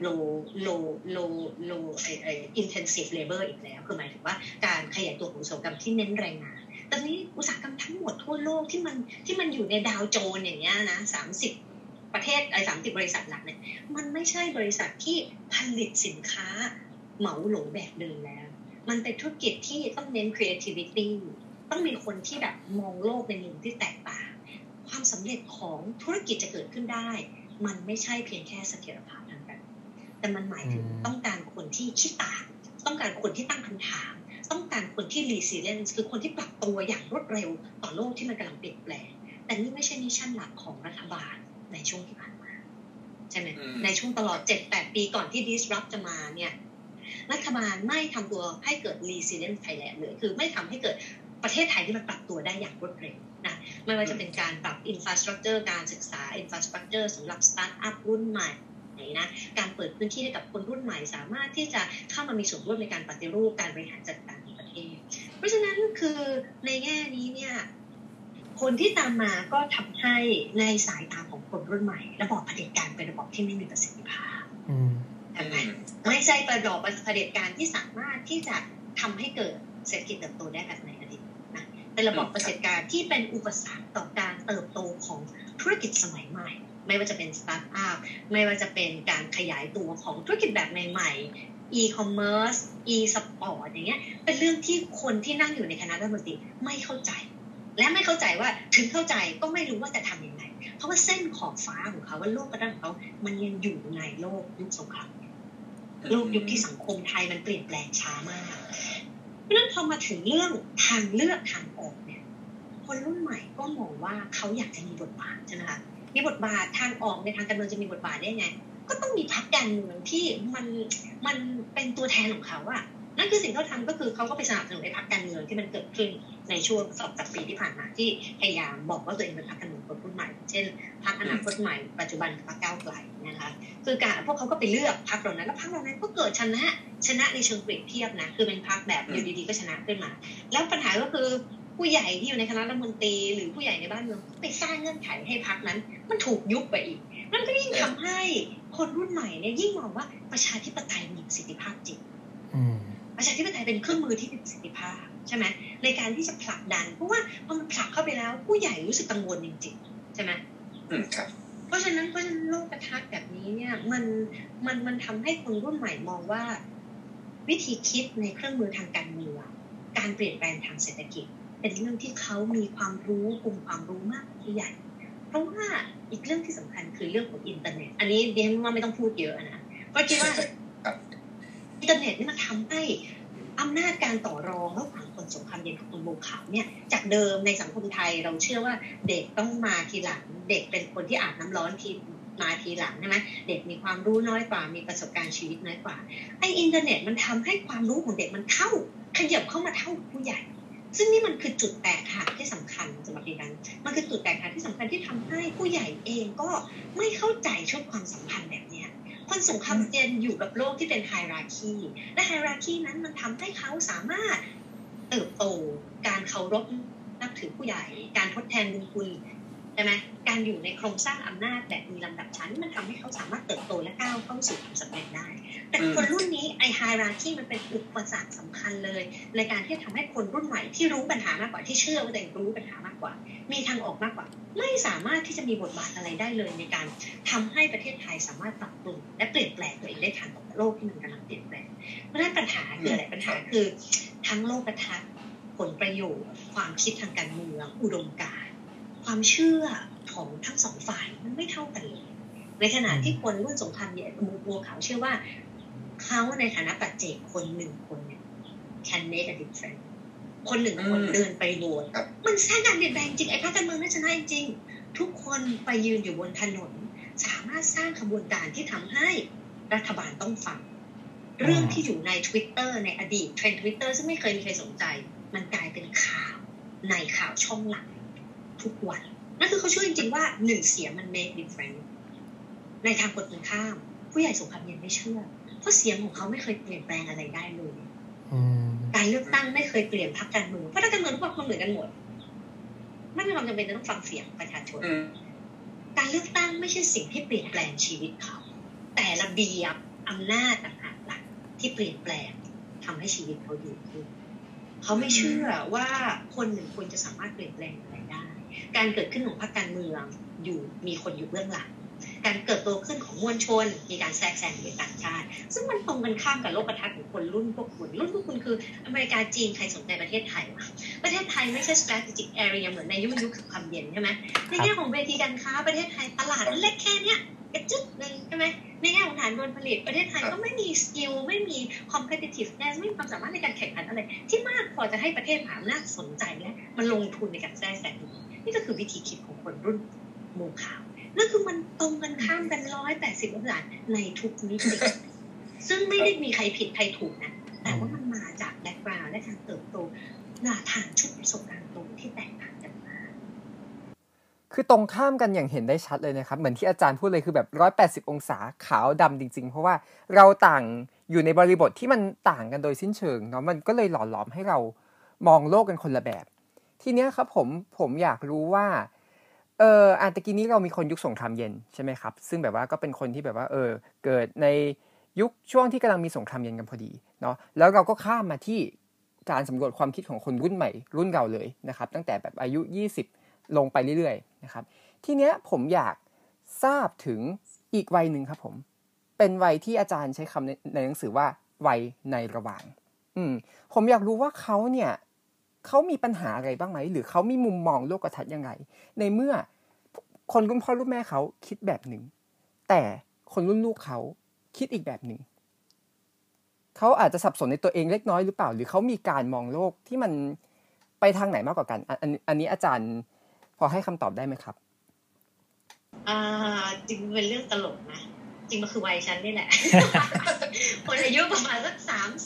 low intensive labor อีกแล้วคือหมายถึงว่าการขยายตัวของอุตสาหกรรมที่เน้นแรงงานตอนนี้อุตสาหกรรมทั้งหมดทั่วโลกที่มันอยู่ในดาวโจนส์อย่างเงี้ยนะ30ประเทศ30บริษัทหลักเนี่ยมันไม่ใช่บริษัทที่ผลิตสินค้าเหมาโหลแบบเดิมแล้วมันเป็นธุรกิจที่ต้องเน้น creativity ต้องมีคนที่แบบมองโลกในมุมที่แตกต่างความสำเร็จของธุรกิจจะเกิดขึ้นได้มันไม่ใช่เพียงแค่เสถียรภาพทางการแต่มันหมายถึงต้องการคนที่คิดต่างต้องการคนที่ตั้งคำถามต้องการคนที่ resilience คือคนที่ปรับตัวอย่างรวดเร็วต่อโลกที่มันกำลังเปลี่ยนแปลงแต่นี่ไม่ใช่มิชชั่นหลักของรัฐบาลในช่วงที่ผ่านมาใช่ไหมในช่วงตลอด 7-8 ปีก่อนที่ disrupt จะมาเนี่ยรัฐบาลไม่ทำตัวให้เกิด resilience Thailand เลยคือไม่ทำให้เกิดประเทศไทยที่มันปรับตัวได้อย่างรวดเร็วนะไม่ว่าจะเป็นการปรับ infrastructure การศึกษา infrastructure สำหรับ startup รุ่นใหม่นะการเปิดพื้นที่ให้กับคนรุ่นใหม่สามารถที่จะเข้ามามีส่วนร่วมในการปฏิรูปการบริหารจัดการในประเทศเพราะฉะนั้นคือในแง่นี้เนี่ยคนที่ตามมาก็ทำให้ในสายตาของคนรุ่นใหม่ระบอบเผด็จการเป็นระบอบที่ไม่มีประสิทธิภาพไม่ใช่ระบอบเผด็จการที่สามารถที่จะทำให้เกิดเศรษฐกิจเติบโตได้แบบในอดีตนะเป็นระบอบเผด็จการที่เป็นอุปสรรคต่อการเติบโตของธุรกิจสมัยใหม่ไม่ว่าจะเป็นสตาร์ทอัพไม่ว่าจะเป็นการขยายตัวของธุรกิจแบบใหม่ๆ e-commerce e-sport อย่างเงี้ยเป็นเรื่องที่คนที่นั่งอยู่ในคณะรัฐมนตรีไม่เข้าใจและไม่เข้าใจว่าถึงเข้าใจก็ไม่รู้ว่าจะทำยังไงเพราะว่าเส้นขอบฟ้าของเขาว่าโลกกระด้างของเขามันยังอยู่ในโลกยุคสงครามโลกยุคที่สังคมไทยมันเปลี่ยนแปลงช้ามากเพราะฉะนั้นพอมาถึงเรื่องทางเลือกทางออกเนี่ยคนรุ่นใหม่ก็มองว่าเขาอยากจะมีบทบาทใช่ไหมคะมีบทบาททางออกในทางการเมืองจะมีบทบาทได้ไงก็ต้องมีพรรคการเมืองที่มันเป็นตัวแทนของเขาอะนั่นคือสิ่งที่เขาทำก็คือเขาก็ไปสนับสนุนในพรรคการเมืองที่มันเกิดขึ้นในช่วง2-3 ปีที่ผ่านมาที่พยายามบอกว่าตัวเองเป็นพรรคการเมืองคนรุ่นใหม่เช่นพรรคอนาคตใหม่ปัจจุบันพรรคก้าวไกลนะคะคือการพวกเขาก็ไปเลือกพรรคเหล่านั้นแล้วพรรคเหล่านั้นก็เกิดชนะในเชิงเปรียบเทียบนะคือเป็นพรรคแบบอยู่ดีๆก็ชนะขึ้นมาแล้วปัญหาก็คือผู้ใหญ่ที่อยู่ในคณะรัฐมนตรีหรือผู้ใหญ่ในบ้านเมืองไปสร้างเงื่อนไขให้พรรคนั้นมันถูกยุบไปอีกนั่นก็ยิ่งทำให้คนรุ่นใหม่เนี่ยยิ่งมองว่าประชาธิปไตยมีประสิทธิภาพจริงประชาธิปไตยเป็นเครื่องมือที่มีประสิทธิภาพใช่ไหมในการที่จะผลักดันเพราะว่าพอมันผลักเข้าไปแล้วผู้ใหญ่รู้สึกกังวลจริงๆใช่ไหมครับเพราะฉะนั้นโลกทัศน์แบบนี้เนี่ยมันทำให้คนรุ่นใหม่มองว่าวิธีคิดในเครื่องมือทางการเมืองการเปลี่ยนแปลงทางเศรษฐกิจเป็นเรื่องที่เขามีความรู้กลุ่มความรู้มากกว่าผู้ใหญ่เพราะว่าอีกเรื่องที่สำคัญคือเรื่องของอินเทอร์เน็ตอันนี้เรียนว่าไม่ต้องพูดเยอะนะเพราะคิดว่าอินเทอร์เน็ตนี่มันทำให้อำนาจการต่อรองระหว่างคนสงครามเย็นกับคนโบขาวเนี่ยจากเดิมในสังคมไทยเราเชื่อว่าเด็กต้องมาทีหลังเด็กเป็นคนที่อาบน้ำร้อนมาทีหลังใช่ไหมเด็กมีความรู้น้อยกว่ามีประสบการณ์ชีวิตน้อยกว่าไอ้อินเทอร์เน็ตมันทำให้ความรู้ของเด็กมันขยับเข้ามาเท่าผู้ใหญ่ซึ่งนี่มันคือจุดแตกหักที่สำคัญสำหรับดิฉันมันคือจุดแตกหักที่สำคัญที่ทำให้ผู้ใหญ่เองก็ไม่เข้าใจชุดความสัมพันธ์แบบนี้คนสงครามเย็นอยู่กับโลกที่เป็นไฮราคีและไฮราคีนั้นมันทำให้เขาสามารถเติบโตการเคารพนับถือผู้ใหญ่การทดแทนบุญคุณใช่ไหมการอยู่ในโครงสร้างอำนาจแบบมีลำดับชั้นมันทำให้เขาสามารถเติบโตและก้าวเข้าสู่ความสำเร็จได้แต่คนรุ่นนี้ไอไฮราคีมันเป็นอุปสรรคสำคัญเลยในการที่จะทำให้คนรุ่นใหม่ที่รู้ปัญหามากกว่าที่เชื่อว่าตัวเองรู้ปัญหามากกว่ามีทางออกมากกว่าไม่สามารถที่จะมีบทบาทอะไรได้เลยในการทำให้ประเทศไทยสามารถปรับปรุงและเปลี่ยนแปลงตัวเองได้ทันกับโลกที่มันกำลังเปลี่ยนแปลงเพราะฉะนั้นปัญหาคืออะไรปัญหาคือทั้งโลกทัศน์ผลประโยชน์ความคิดทางการเมืองอุดมการณ์ความเชื่อของทั้งสองฝ่ายมันไม่เท่ากันเลยในขณะที่คนรุ่นสงครามเย็นบัวขาวเชื่อว่าเขาในฐานะปัจเจกคนหนึ่งคนเนี่ย can make a difference คนหนึ่งคนเดินไปโหวตมันสร้างการเปลี่ยนแปลงจริงไอ้พรรคการเมืองน่าชนะจริงทุกคนไปยืนอยู่บนถนนสามารถสร้างขบวนการที่ทำให้รัฐบาลต้องฟังเรื่องที่อยู่ใน Twitter ในอดีตเทรนด์ Twitter ซึ่งไม่เคยมีใครสนใจมันกลายเป็นข่าวในข่าวช่องหลักทุกวันนั่นคือเขาช่วยจริงๆว่า1เสียงมัน make difference ในทางกฎตรงข้ามผู้ใหญ่สงครามเย็นไม่เชื่อเพราะเสียงของเขาไม่เคยเปลี่ยนแปลงอะไรได้เลยการเลือกตั้งไม่เคยเปลี่ยนพรรคการเมืองเพราะพรรคการเมืองทุกคนเหมือนกันหมดไม่มีความจำเป็นจะต้องฟังเสียงประชาชนการเลือกตั้งไม่ใช่สิ่งที่เปลี่ยนแปลงชีวิตเขาแต่ระเบียบอำนาจต่างหากหลักที่เปลี่ยนแปลงทำให้ชีวิตเขาดีขึ้นเขาไม่เชื่อว่าคนหนึ่งคนจะสามารถเปลี่ยนแปลงอะไรได้การเกิดขึ้นของพรรคการเมืองมีคนอยู่เบื้องหลังการเกิดโตขึ้นของมวลชนมีการแทรกแซงโดยต่างชาติซึ่งมันตรงกันข้ามกับโลกทัศน์ของคนรุ่นพวกคุณคืออเมริกาจีนใครสนใจประเทศไทยวะประเทศไทยไม่ใช่ strategic area เหมือนในยุคสงครามเย็นใช่ไหมในแง่ของเวทีการค้าประเทศไทยตลาดเล็กแค่เนี้ยกระจึ๊กนึงใช่ไหมในแง่ของฐานการผลิตประเทศไทยก็ไม่มีสกิลไม่มี competitiveness ไม่มีความสามารถในการแข่งขันอะไรที่มากพอจะให้ประเทศมหาอำนาจสนใจและมันลงทุนในการแทรกแซงนี่ก็คือวิธีคิดของคนรุ่นโมขาวนั่นคือมันตรงกันข้ามกัน180 องศาในทุกมิติซึ่งไม่ได้มีใครผิดใครถูกนะแต่ว่ามันมาจากแบ็คกราวด์และการเติบโตทางชุดประสบการณ์ตรงที่แตกต่างกันมาคือตรงข้ามกันอย่างเห็นได้ชัดเลยนะครับเหมือนที่อาจารย์พูดเลยคือแบบ180 องศาขาวดำจริงๆเพราะว่าเราต่างอยู่ในบริบทที่มันต่างกันโดยสิ้นเชิงเนาะมันก็เลยหล่อหลอมให้เรามองโลกกันคนละแบบทีเนี้ยครับผมอยากรู้ว่าตะกี้นี้เรามีคนยุคสงครามเย็นใช่ไหมครับซึ่งแบบว่าก็เป็นคนที่แบบว่าเกิดในยุคช่วงที่กำลังมีสงครามเย็นกันพอดีเนาะแล้วเราก็ข้ามมาที่การสำรวจความคิดของคนรุ่นใหม่รุ่นเราเลยนะครับตั้งแต่แบบอายุ20ลงไปเรื่อยๆนะครับทีเนี้ยผมอยากทราบถึงอีกวัยนึงครับผมเป็นวัยที่อาจารย์ใช้คำในหนังสือว่าวัยในระหว่างผมอยากรู้ว่าเขามีปัญหาอะไรบ้างไหมหรือเขามีมุมมองโลกทัศน์ยังไงในเมื่อคนรุ่นพ่อรุ่นแม่เขาคิดแบบหนึ่งแต่คนรุ่นลูกเขาคิดอีกแบบหนึ่งเขาอาจจะสับสนในตัวเองเล็กน้อยหรือเปล่าหรือเขามีการมองโลกที่มันไปทางไหนมากกว่ากันอันนี้อาจารย์พอให้คำตอบได้ไหมครับจริงเป็นเรื่องตลกนะจริงมันคือวัยฉันนี่แหละ คนอายุประมาณสัก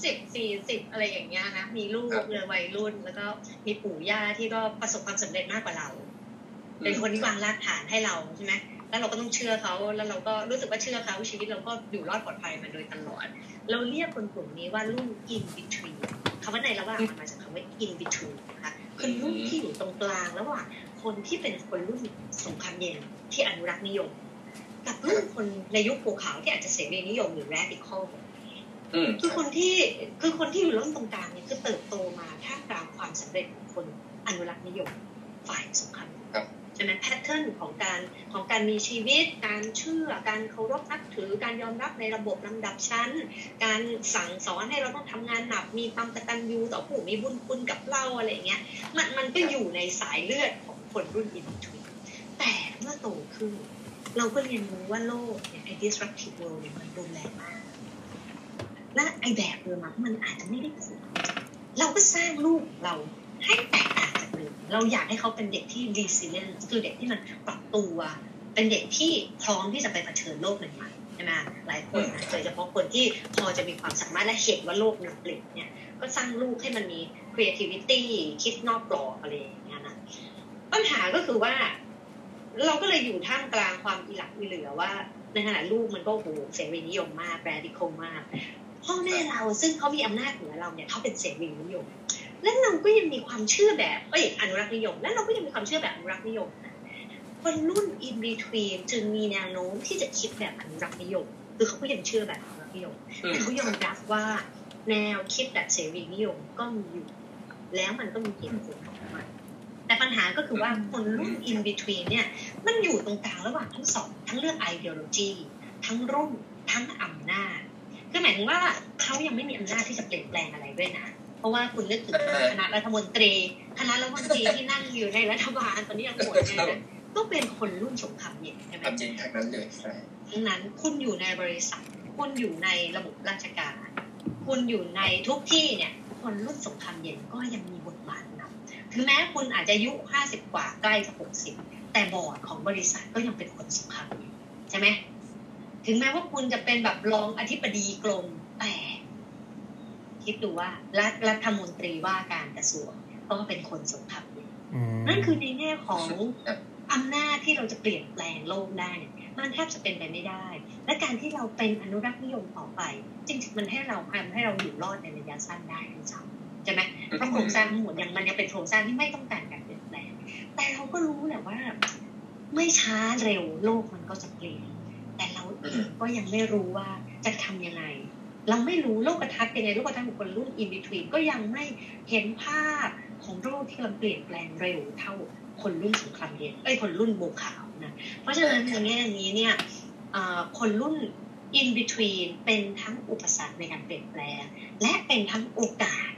30-40อะไรอย่างเงี้ยนะมีลูกเลยวัยรุ่นแล้วก็มีปู่ย่าที่ก็ประสบความสำเร็จมากกว่าเราเป็นคนที่วางรากฐานให้เราใช่ไหมแล้วเราก็ต้องเชื่อเขาแล้วเราก็รู้สึกว่าเชื่อเขาชีวิตเราก็อยู่รอดปลอดภัยมาโดยตลอดเราเรียกคนกลุ่มนี้ว่ารุ่น in between คำว่าในระหว่างมันมาจากคำว่า in between นะคะคือรุ่นที่อยู่ตรงกลางระหว่างคนที่เป็นคนรุ่นสงครามเย็นที่อนุรักษ์นิยมกับรุ่นคนในยุคภูเขาที่อาจจะเสรีนิยมหรือ radical คือคนที่อยู่รุ่นตรงกลางนี่คือเติบโตมาท่ามกลางความสำเร็จของคนอนุรักษ์นิยมฝ่ายสงครามใช่ไหมแพทเทิร์นของการมีชีวิตการเชื่อการเคารพนับถือการยอมรับในระบบลำดับชั้นการสั่งสอนให้เราต้องทำงานหนักมีความกตัญญูต่อผู้มีบุญคุณกับเราอะไรอย่างเงี้ยมันก็อยู่ในสายเลือดของคนรุ่นอินทรีแต่เมื่อโตขึ้นเราก็เรียนรู้ว่าโลกเนี่ยไอ้ disruptive world เนี่ยมันรุนแรงมากและไอ้แบบเดิมมันอาจจะไม่ได้ผลเราก็สร้างลูกเราให้แตกต่างจากเดิมเราอยากให้เขาเป็นเด็กที่ resilient คือเด็กที่มันปรับตัวเป็นเด็กที่พร้อมที่จะไปเผชิญโลกใหม่ๆใช่ไหมหลายคนโดยเฉพาะคนที่พอจะมีความสามารถและเห็นว่าโลกมันเปลี่ยนเนี่ยก็สร้างลูกให้มันมี creativity คิดนอกกรอบอะไรอย่างเงี้ยนะปัญหาก็คือว่าเราก็เลยอยู่ท่ามกลางความอิหลักอิเหลือว่าในขณะลูกมันก็โหเสรีนิยมมาก radical มากพ่อแม่เราซึ่งเขามีอำนาจเหนือเราเนี่ยเขาเป็นเสรีนิยมและเราก็ยังมีความเชื่อแบบอนุรักษ์นิยมและเราก็ยังมีความเชื่อแบบอนุรักษ์นิยมคนรุ่น in between จึงมีแนวโน้มที่จะคิดแบบอนุรักษ์นิยมคือเขาก็ยังเชื่อแบบอนุรักษ์นิยมแต่เขายอมรับว่าแนวคิดแบบเสรีนิยมก็มีอยู่แล้วมันก็มีเหตุผลของมันแต่ปัญหาก็คือว่าคนรุ่น in between เนี่ยมันอยู่ตรงกลางระหว่างทั้งสองทั้งเรื่อง ideology ทั้งรุ่นทั้งอำนาจคือหมายถึงว่าเขายังไม่มีอำนาจที่จะเปลี่ยนแปลงอะไรด้วยนะเพราะว่าคุณนึกถึงคณะรัฐมนตรีที่นั่งอยู่ในรัฐบาลตอนนี้ยังหมดเลยก็เป็นคนรุ่นสงครามเย็นใช่ไหมจริงทั้งนั้นเลยใช่ดังนั้นคุณอยู่ในบริษัทคุณอยู่ในระบบราชการคุณอยู่ในทุกที่เนี่ยคนรุ่นสงครามเย็นก็ยังมีบทบาทนำถึงแม้คุณอาจจะอายุ50กว่าใกล้จะ60แต่บอร์ดของบริษัทก็ยังเป็นคนสงครามเย็นใช่ไหมถึงแม้ว่าคุณจะเป็นแบบรองอธิบดีกรมแต่คิดดูว่ารัฐมนตรีว่าการกระทรวงก็เป็นคนสงครามเย็นนั่นคือในแง่ของอำนาจที่เราจะเปลี่ยนแปลงโลกได้มันแทบจะเป็นไปไม่ได้และการที่เราเป็นอนุรักษ์นิยมต่อไปจริงๆมันให้เราอยู่รอดในระยะสั้นได้ด้วยซ้ำใช่ไหมเพราะโครงสร้างทั้งหมดมันยังเป็นโครงสร้างที่ไม่ต้องการการเปลี่ยนแปลงแต่เราก็รู้แหละว่าไม่ช้าเร็วโลกมันก็จะเปลี่ยนแต่เราเองก็ยังไม่รู้ว่าจะทำยังไงเราไม่รู้โลกทัศน์เป็นไงโลกทัศน์ของคนรุ่น in between ก็ยังไม่เห็นภาพของโลกที่กำลังเปลี่ยนแปลงเร็วเท่าคนรุ่นสงครามเย็นคนรุ่นโมขาวนะเพราะฉะนั้นในแง่นี้เนี่ยคนรุ่น in between เป็นทั้งอุปสรรคในการเปลี่ยนแปลงและเป็นทั้งโอกาส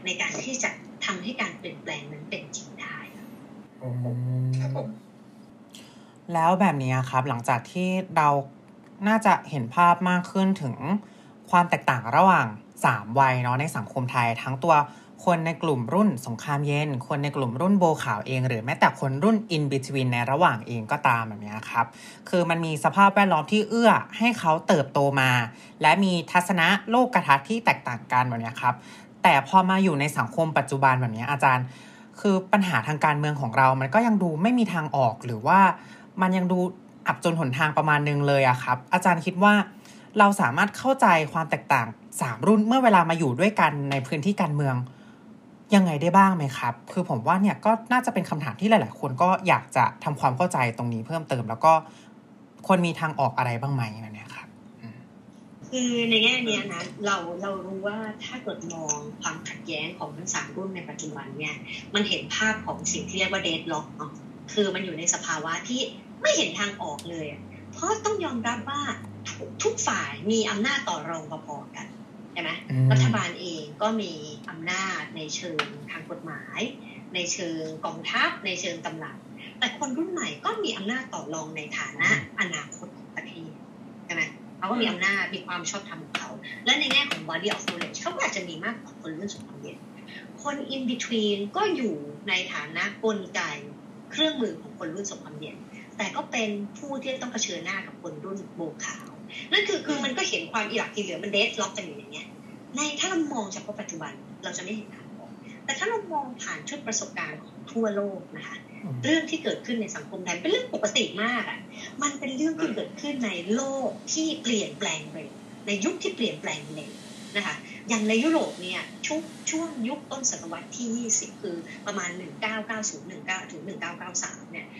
ในการที่จะทำให้การเปลี่ยนแปลงนั้นเป็นจริงได้ครับผมแล้วแบบนี้ครับหลังจากที่เราน่าจะเห็นภาพมากขึ้นถึงความแตกต่างระหว่าง3วัยเนาะในสังคมไทยทั้งตัวคนในกลุ่มรุ่นสงครามเย็นคนในกลุ่มรุ่นโบขาวเองหรือแม้แต่คนรุ่น in between ในระหว่างเองก็ตามแบบนี้ครับคือมันมีสภาพแวดล้อมที่เอื้อให้เขาเติบโตมาและมีทัศนะโลกทัศน์ที่แตกต่างกันแบบนี้ครับแต่พอมาอยู่ในสังคมปัจจุบันแบบนี้อาจารย์คือปัญหาทางการเมืองของเรามันก็ยังดูไม่มีทางออกหรือว่ามันยังดูอับจนหนทางประมาณนึงเลยอะครับอาจารย์คิดว่าเราสามารถเข้าใจความแตกต่าง3รุ่นเมื่อเวลามาอยู่ด้วยกันในพื้นที่การเมืองยังไงได้บ้างไหมครับคือผมว่าเนี่ยก็น่าจะเป็นคำถามที่หลายๆคนก็อยากจะทำความเข้าใจตรงนี้เพิ่มเติมแล้วก็ควรมีทางออกอะไรบ้างไหมแบบนี้ครับคือในแง่นี้นะเรารู้ว่าถ้าเกิดมองความขัดแย้งของทั้ง3รุ่นในปัจจุบันเนี่ยมันเห็นภาพของสิ่งที่เรียกว่าเดดล็อกเนาะคือมันอยู่ในสภาวะที่ไม่เห็นทางออกเลยเพราะต้องยอมรับว่าทุกฝ่ายมีอำนาจต่อรองพอๆกันใช่ไหมรัฐบาลเองก็มีอำนาจในเชิงทางกฎหมายในเชิงกองทัพในเชิงกำลังแต่คนรุ่นใหม่ก็มีอำนาจต่อรองในฐานะอนาคตของประเทศใช่ไหมเขาก็มีอำนาจมีความชอบธรรมของเขาและในแง่ของ body of knowledge เขาก็อาจจะมีมากกว่าคนรุ่นสงครามเย็นคน in between ก็อยู่ในฐานะกลไกเครื่องมือของคนรุ่นสงครามเย็นแต่ก็เป็นผู้ที่ต้องเผชิญหน้ากับคนรุ่นโบขาวนั่นคือมันก็เห็นความอิหลักอิเหลือมันเดดล็อกกันอยู่อย่างเงี้ยในถ้าเรามองเฉพาะปัจจุบันเราจะไม่เห็นทางออกแต่ถ้าเรามองผ่านชุดประสบการณ์ของทั่วโลกนะคะเรื่องที่เกิดขึ้นในสังคมไทยเป็นเรื่องปกติมากอ่ะมันเป็นเรื่องที่เกิดขึ้นในโลกที่เปลี่ยนแปลงเร็วในยุคที่เปลี่ยนแปลงเร็วนะคะอย่างในยุโรปเนี่ยช่วงยุคต้นศตวรรษที่20คือประมาณ1990 ถึง 1993เนี่ย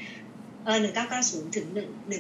1990 ถึง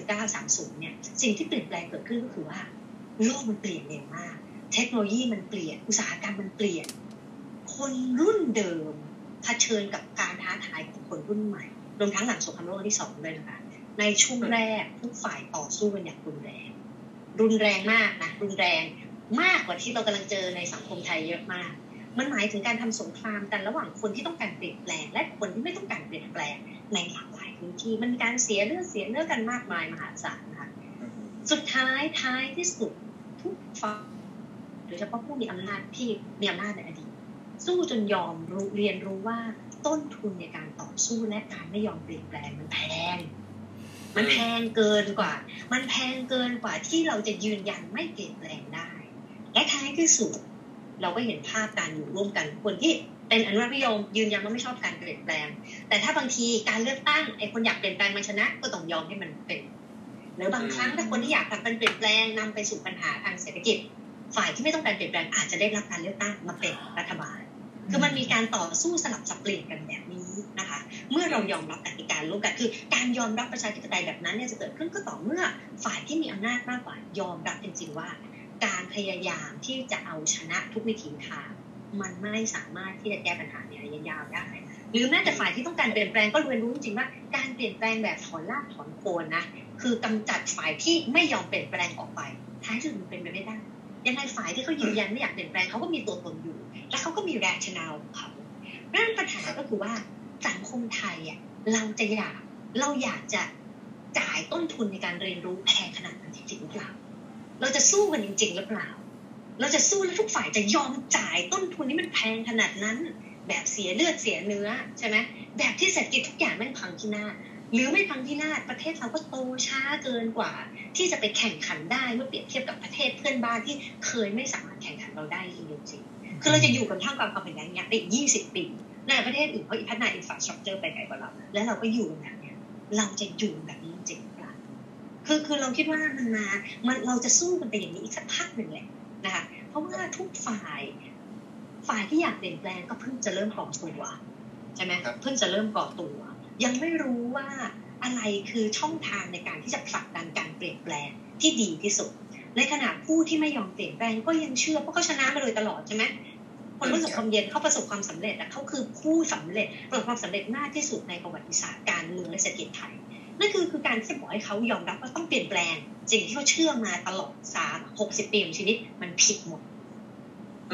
1930เนี่ยสิ่งที่เปลี่ยนแปลงเกิดขึ้นก็คือว่าโลกมันเปลี่ยนเร็วมากเทคโนโลยีมันเปลี่ยนอุตสาหกรรมมันเปลี่ยนคนรุ่นเดิมเผชิญกับการท้าทายของคนรุ่นใหม่รวมทั้งหลังสงครามโลกที่2เลยนะคะในช่วงแรกทุกฝ่ายต่อสู้กันอย่างรุนแรงมากนะรุนแรงมากกว่าที่เรากำลังเจอในสังคมไทยเยอะมากมันหมายถึงการทำสงครามกันระหว่างคนที่ต้องการเปลี่ยนแปลงและคนที่ไม่ต้องการเปลี่ยนแปลงในหลากหลายพื้นที่มันมีการเสียเลือดกันมากมายมหาศาลนะคะสุดท้ายที่สุดทุกฝ่ายโดยเฉพาะผู้มีอำนาจที่มีอำนาจในอดีตสู้จนยอมเรียนรู้ว่าต้นทุนในการต่อสู้และการไม่ยอมเปลี่ยนแปลงมันแพงเกินกว่าที่เราจะยืนยันไม่เปลี่ยนแปลงได้และท้ายที่สุดเราก็เห็นภาพการอยู่ร่วมกันคนที่เป็นอนุรักษ์นิยมยืนยันว่าไม่ชอบการเปลี่ยนแปลงแต่ถ้าบางทีการเลือกตั้งไอ้คนอยากเปลี่ยนแปลงมันชนะก็ต้องยอมให้มันเป็นหรือบางครั้งถ้าคนที่อยากการเปลี่ยนแปลงนำไปสู่ปัญหาทางเศรษฐกิจฝ่ายที่ไม่ต้องการเปลี่ยนแปลงอาจจะได้รับการเลือกตั้งมาเป็นรัฐบาลคือมันมีการต่อสู้สลับสับเปลี่ยนกันแบบนี้นะคะเมื่อเรายอมรับกติการร่วมกันคือการยอมรับประชาธิปไตยแบบนั้นเนี่ยจะเกิดขึ้นก็ต่อเมื่อฝ่ายที่มีอำนาจมากกว่ายอมรับจริงๆว่าการพยายามที่จะเอาชนะทุกวิถีทางมันไม่สามารถที่จะแก้ปัญหาในระยะยาวได้หรือแม้แต่ฝ่ายที่ต้องการเปลี่ยนแปลงก็เรียนรู้จริงๆว่าการเปลี่ยนแปลงแบบถอนรากถอนโคนนะคือกำจัดฝ่ายที่ไม่ยอมเปลี่ยนแปลงออกไปท้ายสุดมันเป็นไปไม่ได้ยังไงฝ่ายที่เขายืนยันไม่อยากเปลี่ยนแปลงเขาก็มีตัวตนอยู่และเขาก็มีแรชั่นแนลของเขาเรื่องปัญหาก็คือว่าสังคมไทยอ่ะเราอยากจะจ่ายต้นทุนในการเรียนรู้แพงขนาดนั้นจริงๆหรือเปล่าเราจะสู้กันจริงๆหรือเปล่าเราจะสู้แล้วทุกฝ่ายจะยอมจ่ายต้นทุนนี้มันแพงขนาดนั้นแบบเสียเลือดเสียเนื้อใช่ไหมแบบที่เศรษฐกิจทุกอย่างแม่งพังพินาศหรือไม่พังพินาศประเทศเราก็โตช้าเกินกว่าที่จะไปแข่งขันได้เมื่อเปรียบเทียบกับประเทศเพื่อนบ้านที่เคยไม่สามารถแข่งขันเราได้จริงๆคือเราจะอยู่กันท่ามกลางความเป็นอย่างนี้ไป20 ปีในประเทศอื่นเขาพัฒนาอินฟราสตรัคเจอร์ไปไกลกว่าเราแล้วเราก็อยู่แบบนี้เราจะอยู่แบบนี้จริงๆป่ะคือเราคิดว่ามันเราจะสู้กันไปอย่างนี้อีกสักพักหนึ่งแหละนะคะเพราะว่าทุกฝ่ายที่อยากเปลี่ยนแปลงก็เพิ่งจะเริ่มก่อตัวใช่ไหมเพิ่งจะเริ่มก่อตัวยังไม่รู้ว่าอะไรคือช่องทางในการที่จะผลักดันการเปลี่ยนแปลงที่ดีที่สุดในขณะผู้ที่ไม่ยอมเปลี่ยนแปลงก็ยังเชื่อเพราะเขาชนะมาโดยตลอดใช่ไหมคนรุ่นสงครามเย็นเขาประสบความสำเร็จเขาคือผู้สำเร็จประสบความสำเร็จมากที่สุดในประวัติศาสตร์การเมืองและเศรษฐกิจไทยนั่นคือการที่บอกให้เขายอมรับว่าต้องเปลี่ยนแปลงสิ่งที่เขาเชื่อมาตลอด60 ปีของชีวิตมันผิดหมด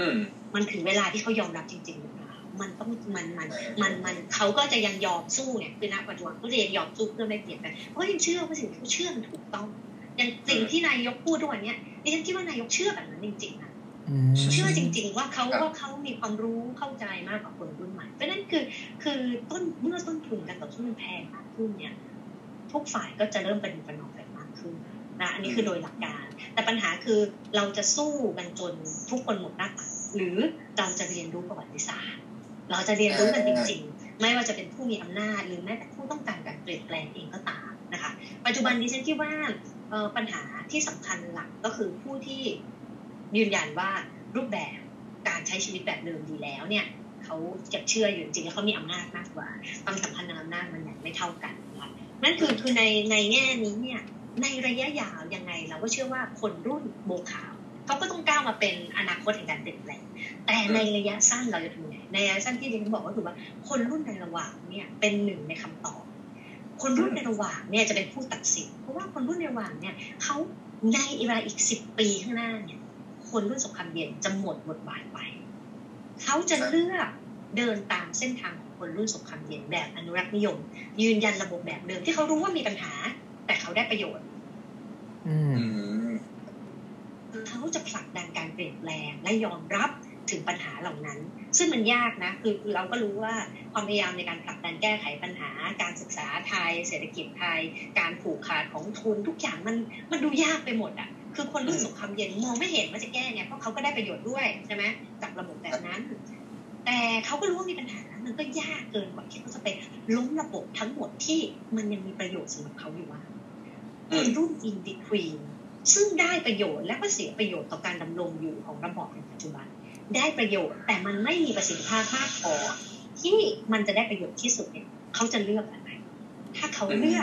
มันถึงเวลาที่เขายอมรับจริงๆหรือเปล่ามันต้องมันเขาก็จะยังยอมสู้เนี่ยคือณปัจจุบันเขาจะยังยอมสู้เพื่อไม่เปลี่ยนแปลงเพราะยังเชื่อว่าสิ่งที่เขาเชื่อมันถูกต้องอย่างสิ่งที่นายกพูดทุกวันนี้ดิฉันคิดว่านายกเชื่อแบบนั้นจริงๆนะเชื่อจริงๆว่าเขามีความรู้เข้าใจมากกว่าคนรุ่นใหม่เพราะนั้นคือเมื่อต้นทุนการต่อสู้มันแพงมากขึ้นเนี่ยทุกฝ่ายก็จะเริ่มเป็นประนอมกันมากขึ้นนะอันนี้คือโดยหลักการแต่ปัญหาคือเราจะสู้กันจนทุกคนหมดหน้าตักหรือเราจะเรียนรู้ประวัติศาสตร์เราจะเรียนรู้กันจริงๆไม่ว่าจะเป็นผู้มีอำนาจหรือแม้แต่ผู้ต้องการการเปลี่ยนแปลงเองก็ตามนะคะปัจจุบันดิฉันคิดว่าปัญหาที่สำคัญหลักก็คือผู้ที่ยืนยันว่ารูปแบบการใช้ชีวิตแบบเดิมดีแล้วเนี่ยเขาจะเชื่ออยู่จริงๆแล้วเขามีอำนาจมากกว่าความสัมพันธ์ทางอำนาจมันยังไม่เท่ากันนะคะนั่นคือในแง่นี้เนี่ยในระยะยาวยังไงเราก็เชื่อว่าคนรุ่นโบขาวเขาก็ต้องก้าวมาเป็นอนาคตแห่งการเปลี่ยนแปลงแต่ในระยะสั้นเราจะทำยังไงในระยะสั้นที่ดิฉันบอกก็คือว่าคนรุ่นในระหว่างเนี่ยเป็นหนึ่งในคำตอบคนรุ่นในระหว่างเนี่ยจะเป็นผู้ตัดสินเพราะว่าคนรุ่นในระหว่างเนี่ยเขาในเวลาอีก10 ปีข้างหน้าเนี่ยคนรุ่นสงครามเย็นจะหมดบทบาทไปเขาจะเลือกเดินตามเส้นทางของคนรุ่นสงครามเย็นแบบอนุรักษ์นิยมยืนยันระบบแบบเดิมที่เขารู้ว่ามีปัญหาแต่เขาได้ประโยชน์เขาจะผลักดันการเปลี่ยนแปลงและยอมรับถึงปัญหาเหล่านั้นซึ่งมันยากนะคือเราก็รู้ว่าความพยายามในการผลักดันแก้ไขปัญหาการศึกษาไทยเศรษฐกิจไทยการผูกขาดของทุนทุกอย่างมันดูยากไปหมดอ่ะคือคนรุ่นสงครามเย็นมองไม่เห็นว่าจะแก้ไงเพราะเขาก็ได้ประโยชน์ด้วยใช่ไหมจากระบบแบบนั้นแต่เขาก็รู้ว่ามีปัญหามันก็ยากเกินกว่าที่เขาจะไปล้มระบบทั้งหมดที่มันยังมีประโยชน์สำหรับเขาอยู่ว่าคนรุ่น in between ซึ่งได้ประโยชน์และก็เสียประโยชน์ต่อการดำรงอยู่ของระบอบในปัจจุบันได้ประโยชน์แต่มันไม่มีประสิทธิภาพมากพอที่มันจะได้ประโยชน์ที่สุดเนี่ยเขาจะเลือกอะไรถ้าเขาเลือก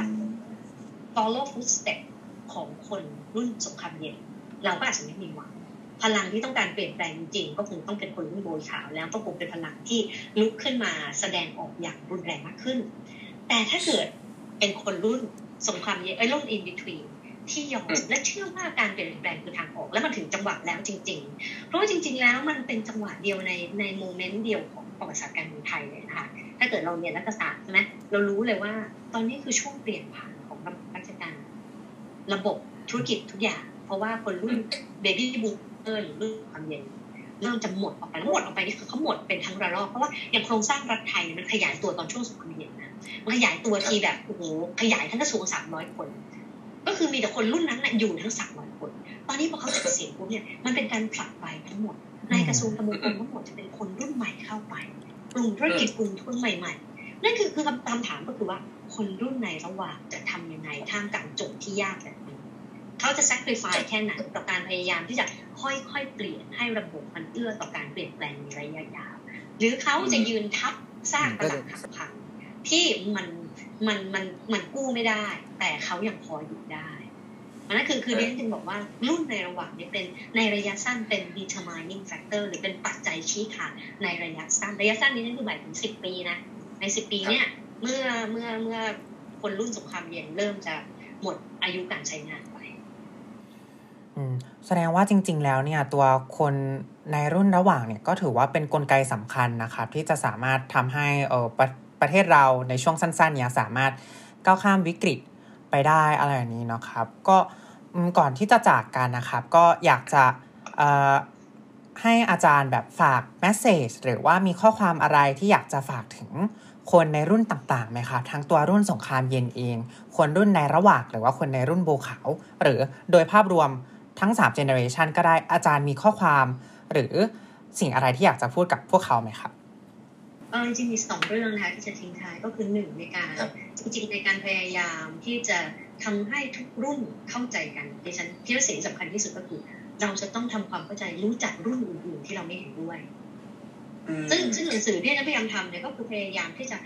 follow footstep ของคนรุ่นสงครามเย็นเราก็อาจจะไม่มีหวังพลังที่ต้องการเปลี่ยนแปลงจริงๆก็คงต้องเป็นคนรุ่นโบยขาวแล้วก็คงเป็นพลังที่ลุกขึ้นมาแสดงออกอย่างรุนแรงมากขึ้นแต่ถ้าเกิดเป็นคนรุ่นสงครามเย็นรุ่น in between ที่ยอมและเชื่อว่าการเปลี่ยนแปลงคือทางออกและมันถึงจังหวะแล้วจริงๆเพราะว่าจริงๆแล้วมันเป็นจังหวะเดียวในโมเมนต์เดียวของประวัติศาสตร์การเมืองไทยเลยนะคะถ้าเกิดเราเรียนรัฐศาสตร์ใช่ไหมเรารู้เลยว่าตอนนี้คือช่วงเปลี่ยนผ่านของระบบราชการระบบธุรกิจทุกอย่างเพราะว่าคนรุ่นเบบี้บูมเมอร์หรือรุ่นความเย็นเริ่มจะหมดออกไปแล้วหมดออกไปนี่คือเขาหมดเป็นทั้งระลอกเพราะว่าอย่างโครงสร้างรัฐไทยมันขยายตัวตอนช่วงสงครามเย็นนะมันขยายตัวทีแบบโอ้โหขยายทั้งกระทรวง300 คนก็คือมีแต่คนรุ่นนั้นอยู่ทั้ง300 คนตอนนี้พอเขาจะเกษียณปุ๊บเนี่ยมันเป็นการผลักไปทั้งหมดในกระทรวงทบวงกรมทั้งหมดจะเป็นคนรุ่นใหม่เข้าไปกลุ่มธุรกิจกลุ่มทุนใหม่ๆนั่นคือคำถามก็คือว่าคนรุ่นในระหว่างจะทำยังไงท่ามกลางโจทย์ที่ยากแบบนี้เขาจะ sacrifice แค่ไหนต่อการพยายามที่จะค่อยๆเปลี่ยนให้ระบบมันเอื้อต่อการเปลี่ยนแปลงในระยะยาวหรือเขาจะยืนทับสร้างปรักหักพังที่มันกู้ไม่ได้แต่เขายังพออยู่ได้นั่นคือเรียนจึงบอกว่ารุ่นในระหว่างนี้เป็นในระยะสั้นเป็น determining factor หรือเป็นปัจจัยชี้ขาดในระยะสั้นระยะสั้นนี้นั่นคือหมายถึง10 ปีนะใน10 ปีเนี่ยเมื่อคนรุ่นสงครามเย็นเริ่มจะหมดอายุการใช้งานไปแสดงว่าจริงๆแล้วเนี่ยตัวคนในรุ่นระหว่างเนี่ยก็ถือว่าเป็นกลไกสำคัญนะครับที่จะสามารถทำให้ประเทศเราในช่วงสั้นๆเนี่ยสามารถก้าวข้ามวิกฤตไปได้อะไรอย่างนี้นะครับก็ก่อนที่จะจากกันนะครับก็อยากจะให้อาจารย์แบบฝากแมสเสจหรือว่ามีข้อความอะไรที่อยากจะฝากถึงคนในรุ่นต่างๆไหมครับทั้งตัวรุ่นสงครามเย็นเองคนรุ่นในระหว่างหรือว่าคนในรุ่นโบขาวหรือโดยภาพรวมทั้ง3 generation ก็ได้อาจารย์มีข้อความหรือสิ่งอะไรที่อยากจะพูดกับพวกเขาไหมครับจริงๆมี2 เรื่องนะคะที่จะทิ้งท้ายก็คือ1ในการจริงๆในการพยายามที่จะทำให้ทุกรุ่นเข้าใจกันดิฉันคิดว่าสิ่งสำคัญที่สุดก็คือเราจะต้องทำความเข้าใจรู้จักรุ่นอื่นๆที่เราไม่เห็นด้วยซึ่งหนังสือที่เราพยายามทำเนี่ยก็คือพยายามที่จะ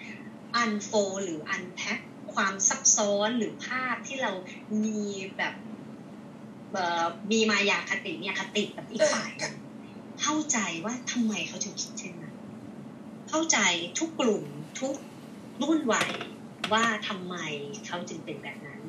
unfold หรือ unpack ความซับซ้อนหรือภาพที่เรามีแบบมีมายาคติเนี่ยคติกับอีกฝ่ายเข้าใจว่าทำไมเขาถึงคิดเช่นนั้นเข้าใจทุกกลุ่มทุกรุ่นวัยว่าทำไมเขาจึงเป็นแบบนั้น